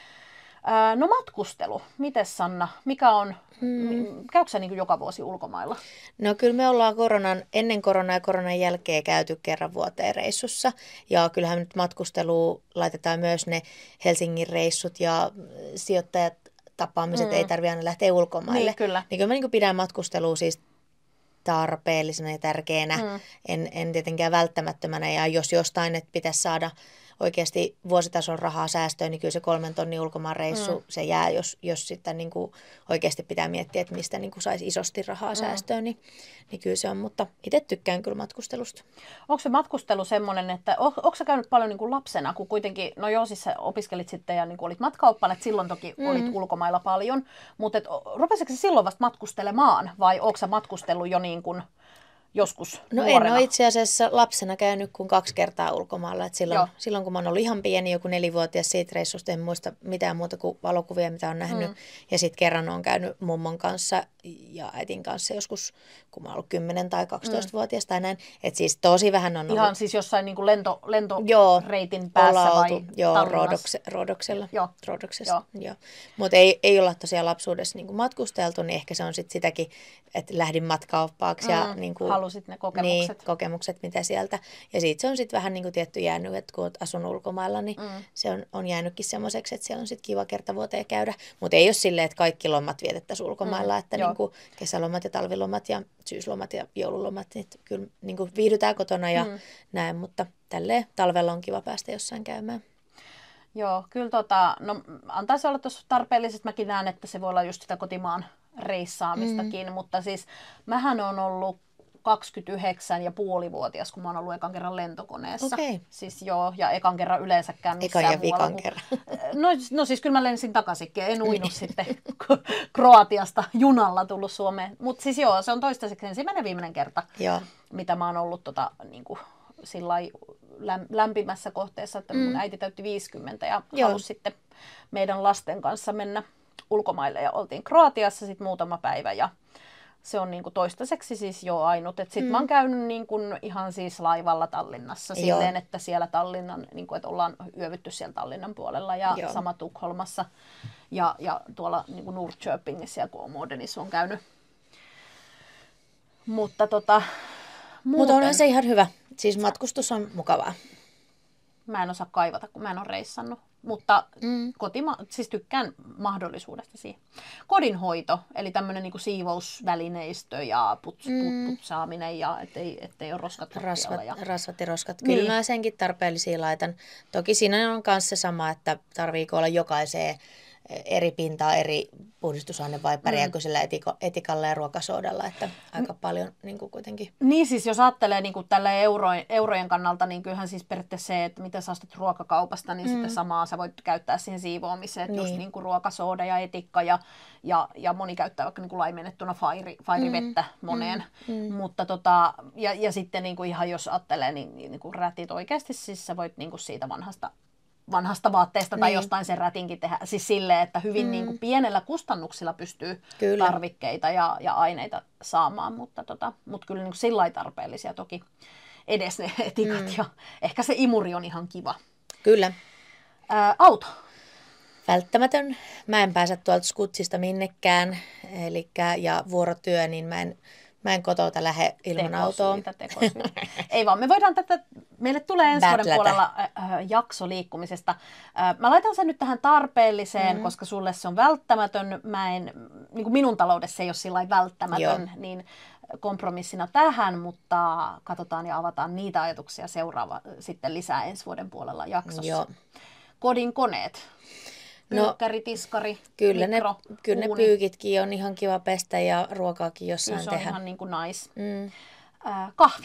No matkustelu. Mites Sanna? Mikä on, käykö sä niin kuin joka vuosi ulkomailla? No kyllä me ollaan ennen koronaa ja koronan jälkeen käyty kerran vuoteen reissussa. Ja kyllähän nyt matkusteluun laitetaan myös ne Helsingin reissut ja sijoittajat tapaamiset, ei tarvitse aina lähteä ulkomaille. Niin kyllä. Niin kyllä mä niin pidän matkustelua siis tarpeellisena ja tärkeänä, en tietenkään välttämättömänä. Ja jos jostain, että pitäisi saada oikeasti vuositason rahaa säästöön, niin kyllä se 3 tonnin ulkomaanreissu, se jää, jos sitten niin kuin oikeasti pitää miettiä, että mistä niin kuin saisi isosti rahaa säästöön, niin kyllä se on. Mutta itse tykkään kyllä matkustelusta. Onko se matkustelu semmoinen, että onko sä käynyt paljon niin kuin lapsena, kun kuitenkin, no joo, siis sä opiskelit sitten ja niin kuin olit matkaoppana, että silloin toki olit ulkomailla paljon, mutta rupesitko sä silloin vasta matkustelemaan vai onko sä matkustellut jo niin kuin joskus nuorena? En ole itse asiassa lapsena käynyt kuin 2 kertaa ulkomailla. Et silloin kun mä oon ollut ihan pieni, joku 4-vuotias siitä reissusta, en muista mitään muuta kuin valokuvia, mitä on nähnyt. Ja sitten kerran olen käynyt mummon kanssa ja äitin kanssa joskus, kun mä oon ollut 10- tai 12-vuotias tai näin. Et siis tosi vähän on ollut. Ihan siis jossain niin kuin lentoreitin päässä vai Roodoksella. Roodoksessa. Joo. Mutta ei olla tosiaan lapsuudessa niin kuin matkusteltu, niin ehkä se on sitten sitäkin, että lähdin matkaoppaaksi ja niin kuin, halusit ne kokemukset. Niin, kokemukset, mitä sieltä. Ja siitä se on sitten vähän niin kuin tietty jäänyt, että kun olet asunut ulkomailla, niin se on jäänytkin semmoiseksi, että siellä on sitten kiva kerta vuoteen käydä. Mutta ei ole silleen, että kaikki lomat vietettäisiin ulkomailla, että niin kuin kesälomat ja talvilomat ja syyslomat ja joululomat, niin kyllä niin kuin viihdytään kotona ja näin, mutta tälleen talvella on kiva päästä jossain käymään. Joo, kyllä no antaisi olla tuossa tarpeellisesti. Mäkin näen, että se voi olla just sitä kotimaan reissaamistakin, mutta siis mähän on ollut 29,5-vuotias, kun mä oon ollut ekan kerran lentokoneessa. Okay. Siis joo, ja ekan kerran yleensäkään missään ekan ja vikan kerran. No siis kyllä mä lensin takaisinkin, en uinut sitten Kroatiasta junalla tullut Suomeen. Mutta siis joo, se on toistaiseksi ensimmäinen viimeinen kerta, mitä mä oon ollut niin kuin sillai lämpimässä kohteessa, että mun äiti täytti 50 ja halusi sitten meidän lasten kanssa mennä ulkomaille ja oltiin Kroatiassa sitten muutama päivä ja se on niinku toistaiseksi siis jo ainut. Sitten mä oon käynyt niinku ihan siis laivalla Tallinnassa silleen, että siellä Tallinnan, niinku, että ollaan yövytty siellä Tallinnan puolella ja sama Tukholmassa ja tuolla niinku Norrköpingissä ja Kåmodenissa on käynyt. Mutta Mutta on se ihan hyvä. Siis matkustus on mukavaa. Mä en osaa kaivata, kun mä en ole reissannut. Mutta siis tykkään mahdollisuudesta siihen. Kodinhoito, eli tämmöinen niinku siivousvälineistö ja putsaaminen ja ettei ole roskat lattialla. Rasvat ja roskat. Kyllä mä senkin tarpeellisia laitan. Toki siinä on myös se sama, että tarviiko olla jokaiseen eri pintaa, eri puhdistusainevaipparia kuin sillä etikalla ja ruokasoodalla, että aika paljon niin kuin kuitenkin. Niin siis jos ajattelee niin kuin tällä eurojen kannalta, niin kyllähän siis periaatteessa se, että mitä sä ostat ruokakaupasta, niin sitä samaa sä voit käyttää siihen siivoamiseen, että just niin kuin ruokasooda ja etikka ja moni käyttää vaikka niin kuin laimennettuna fairivettä moneen, mutta ja sitten niin kuin ihan jos ajattelee, niin kuin rätit oikeasti, siis sä voit niin kuin siitä vanhasta vaatteesta tai jostain sen rätinkin tehdä. Siis silleen, että hyvin niin kuin pienellä kustannuksilla pystyy tarvikkeita ja aineita saamaan, mutta kyllä niin kuin sillä lailla tarpeellisia toki. edes ne etikat ja ehkä se imuri on ihan kiva. Kyllä. Auto. Välttämätön. Mä en pääse tuolta skutsista minnekään, ja vuorotyö, niin mä en kotouta lähde ilman autoa. Tekosyitä. Ei vaan, me voidaan meille tulee ensi vuoden puolella jakso liikkumisesta. Mä laitan sen nyt tähän tarpeelliseen, koska sulle se on välttämätön. Niin kuin minun taloudessa ei ole sillä välttämätön, niin kompromissina tähän, mutta katsotaan ja avataan niitä ajatuksia sitten lisää ensi vuoden puolella jaksossa. Joo. Kodin koneet. Pyykkäri, tiskari, kyllä mikro, kyllä ne pyykitkin on ihan kiva pestä ja ruokaakin jossain tehdä. Se on ihan niin kuin nice. Kahvi.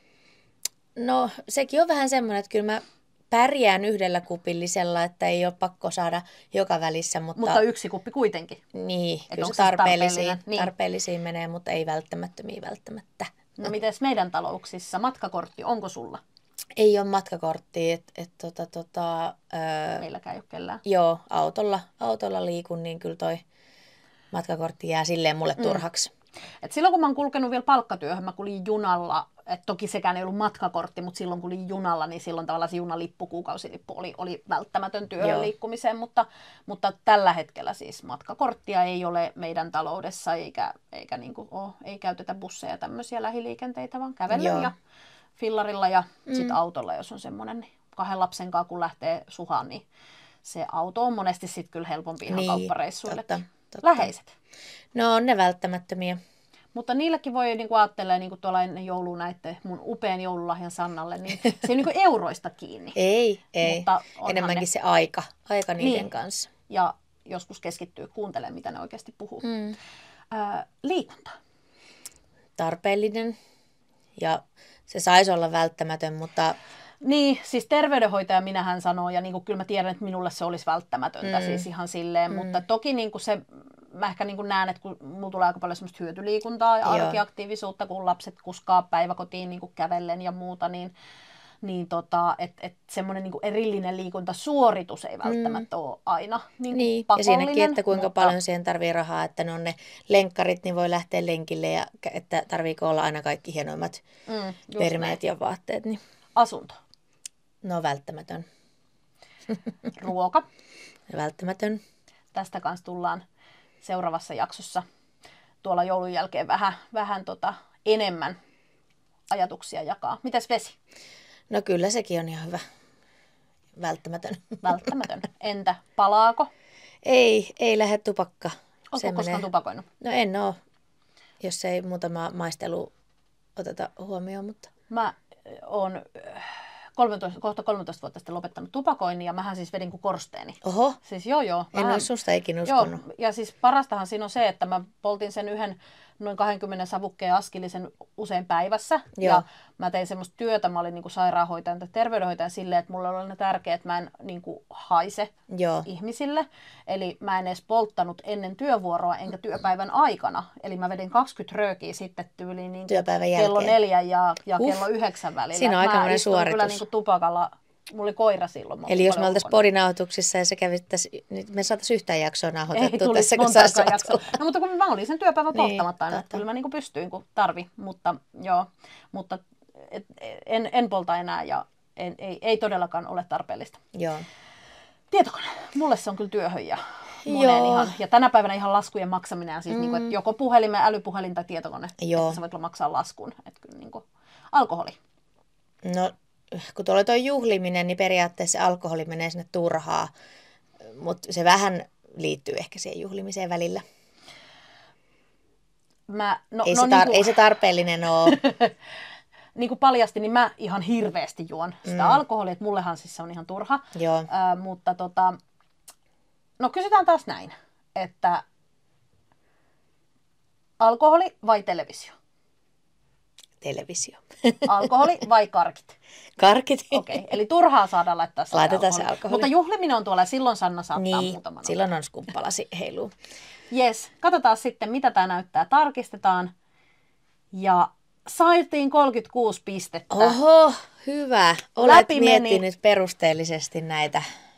No sekin on vähän semmoinen, että kyllä mä pärjään yhdellä kupillisella, että ei ole pakko saada joka välissä. Mutta yksi kuppi kuitenkin. Niin, kyllä se tarpeellisiin menee, mutta ei välttämättömiä välttämättä. No mites meidän talouksissa? Matkakortti, onko sulla? Ei ole matkakorttia. Meilläkään ei ole kellään. Joo, autolla liikun, niin kyllä toi matkakortti jää silleen mulle turhaksi. Et silloin kun mä oon kulkenut vielä palkkatyöhön, mä kulin junalla, että toki sekään ei ollut matkakortti, mutta silloin kun olin junalla, niin silloin tavallaan se junalippu, kuukausilippu oli välttämätön työhön liikkumiseen, mutta tällä hetkellä siis matkakorttia ei ole meidän taloudessa, eikä niinku ei käytetä busseja ja tämmöisiä lähiliikenteitä, vaan kävellen ja fillarilla ja sitten autolla, jos on semmoinen, niin 2 lapsen kanssa kun lähtee suhaan, niin se auto on monesti sitten kyllä helpompi ihan kauppareissuille. Totta. Läheiset. No on ne välttämättömiä. Mutta niilläkin voi niin ajatella, niin kuin tuolla ennen joulua näitte mun upean joululahjan Sannalle, niin se ei niin euroista kiinni. Ei. Mutta enemmänkin se aika niiden kanssa. Ja joskus keskittyy kuuntelemaan, mitä ne oikeasti puhuu. Liikunta. Tarpeellinen. Ja se saisi olla välttämätön, mutta... Niin, siis terveydenhoitaja minähän sanoo, ja niin kuin, kyllä mä tiedän, että minulle se olisi välttämätöntä siis ihan silleen, mutta toki niin kuin se, mä ehkä niin kuin näen, että kun mulla tulee aika paljon semmoista hyötyliikuntaa ja arkiaktiivisuutta, kun lapset kuskaa päiväkotiin niin kuin kävellen ja muuta, niin että semmoinen niin kuin erillinen liikuntasuoritus ei välttämättä ole aina niin pakollinen. Ja siinäkin, että kuinka paljon siihen tarvii rahaa, että ne on ne lenkkarit, niin voi lähteä lenkille ja että tarviiko olla aina kaikki hienoimmat vermeet ja vaatteet. Niin. Asunto. No välttämätön. Ruoka. Välttämätön. Tästä kanssa tullaan seuraavassa jaksossa tuolla joulun jälkeen vähän enemmän ajatuksia jakaa. Mitäs vesi? No kyllä sekin on ihan hyvä. Välttämätön. Välttämätön. Entä palaako? Ei lähde tupakka. Oletko koskaan tupakoinut? No en ole, jos ei muutama maistelu oteta huomioon. Mutta... Mä oon kohta 13 vuotta sitten lopettanut tupakoinnin ja mähän siis vedin kuin korsteeni. Oho, siis joo. En ole susta ikinä uskonut. Joo, ja siis parastahan siinä on se, että mä poltin sen yhden noin 20 savukkeen askillisen usein päivässä. Joo. Ja mä tein semmoista työtä, mä olin niin kuin sairaanhoitajan tai terveydenhoitajan silleen, että mulle oli tärkeää, että mä en niin kuin haise ihmisille. Eli mä en edes polttanut ennen työvuoroa enkä työpäivän aikana. Eli mä vedin 20 röökiä sitten tyyliin niin kello 4 ja kello 9 välillä. Siinä on aikamoinen suoritus. Kyllä niin kuin tupakalla. Mulla oli koira silloin. Eli jos me oltaisiin podinauhoituksissa ja se kävittäisiin, niin me saataisiin yhtään jaksoa nauhoitettua tässä, kun sä No mutta kun mä olin sen työpäivän polttamatta aina, että kyllä mä niin pystyin, kun tarvi. Mutta en polta enää ja ei todellakaan ole tarpeellista. Joo. Tietokone. Mulle se on kyllä työhön ja moneen ihan. Ja tänä päivänä ihan laskujen maksaminen on siis niin kuin, että joko puhelin, älypuhelin tai tietokone. Joo. Että sä voit maksaa laskun. Että kyllä niin kuin, alkoholi. No kun tuolla toi juhliminen, niin periaatteessa alkoholi menee sinne turhaa, mutta se vähän liittyy ehkä siihen juhlimiseen välillä. Ei se tarpeellinen ole. Niin kuin paljasti, niin mä ihan hirveästi juon sitä alkoholia, että mullehan siis se on ihan turha. Joo. Mutta no kysytään taas näin, että alkoholi vai televisio? Televisio. Alkoholi vai karkit? Karkit. Okei, eli turhaa saadaan laittaa sitä Laitetaan se alkoholi. Mutta juhliminen on tuolla ja silloin Sanna saattaa muutaman. Silloin on skumppalasi heiluu. Jes, katsotaan sitten mitä tämä näyttää. Tarkistetaan. Ja saitiin 36 pistettä. Oho, hyvä. Olet miettinyt perusteellisesti näitä.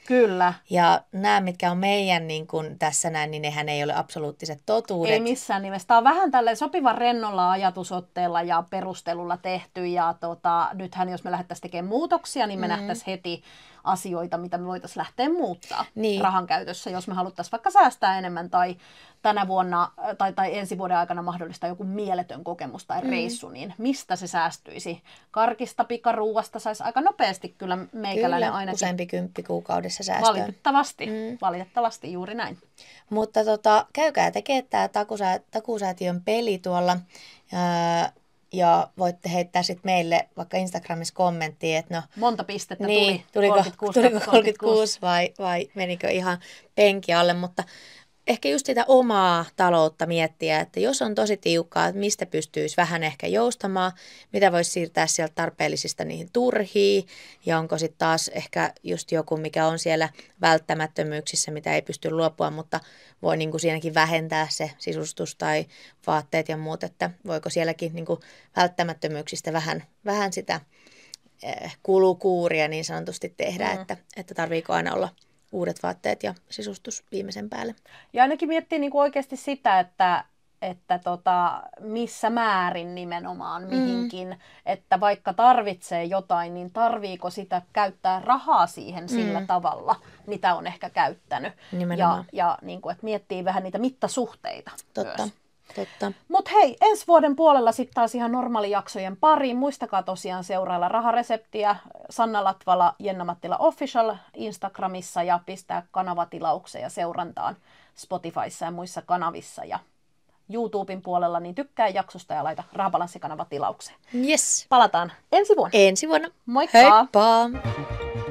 Kyllä. Ja nämä, mitkä on meidän niin kun tässä näin, niin nehän ei ole absoluuttiset totuudet. Ei missään nimessä. Tämä on vähän tälleen sopivan rennolla ajatusotteella ja perustelulla tehty. Ja nythän jos me lähdettäisiin tekemään muutoksia, niin me nähtäisiin heti asioita, mitä me voitaisiin lähteä muuttaa rahan käytössä, jos me haluttaisiin vaikka säästää enemmän tai tänä vuonna tai ensi vuoden aikana mahdollistaa joku mieletön kokemus tai reissu, niin mistä se säästyisi? Karkista, pikaruuasta saisi aika nopeasti kyllä meikäläinen ainakin. Useampi 10 kuukaudessa säästöön. Valitettavasti juuri näin. Mutta käykää tekemään tämä Takuusäätiön peli tuolla. Ja voitte heittää sitten meille vaikka Instagramissa kommenttia, että monta pistettä tuliko 36 vai menikö ihan penki alle, mutta ehkä just sitä omaa taloutta miettiä, että jos on tosi tiukkaa, että mistä pystyisi vähän ehkä joustamaan, mitä voisi siirtää sieltä tarpeellisista niihin turhiin, ja onko sitten taas ehkä just joku, mikä on siellä välttämättömyyksissä, mitä ei pysty luopua, mutta voi niinku siinäkin vähentää se sisustus tai vaatteet ja muut, että voiko sielläkin niinku välttämättömyyksistä vähän sitä kulukuuria niin sanotusti tehdä, että tarviiko aina olla uudet vaatteet ja sisustus viimeisen päälle. Ja ainakin miettii niin kuin oikeasti sitä, että missä määrin nimenomaan mihinkin, että vaikka tarvitsee jotain, niin tarviiko sitä käyttää rahaa siihen sillä tavalla, mitä on ehkä käyttänyt. Ja niin kuin, että miettii vähän niitä mittasuhteita myös. Totta. Mutta hei, ensi vuoden puolella sitten taas ihan normaalijaksojen pariin. Muistakaa tosiaan seurailla Rahareseptiä, Sanna Latvala, Jenna Mattila Official Instagramissa ja pistää kanavatilaukseen ja seurantaan Spotifyssa ja muissa kanavissa. Ja YouTuben puolella niin tykkää jaksosta ja laita Rahapalanssi-kanava tilaukseen. Yes. Palataan ensi vuonna. Ensi vuonna. Moikka! Heippa!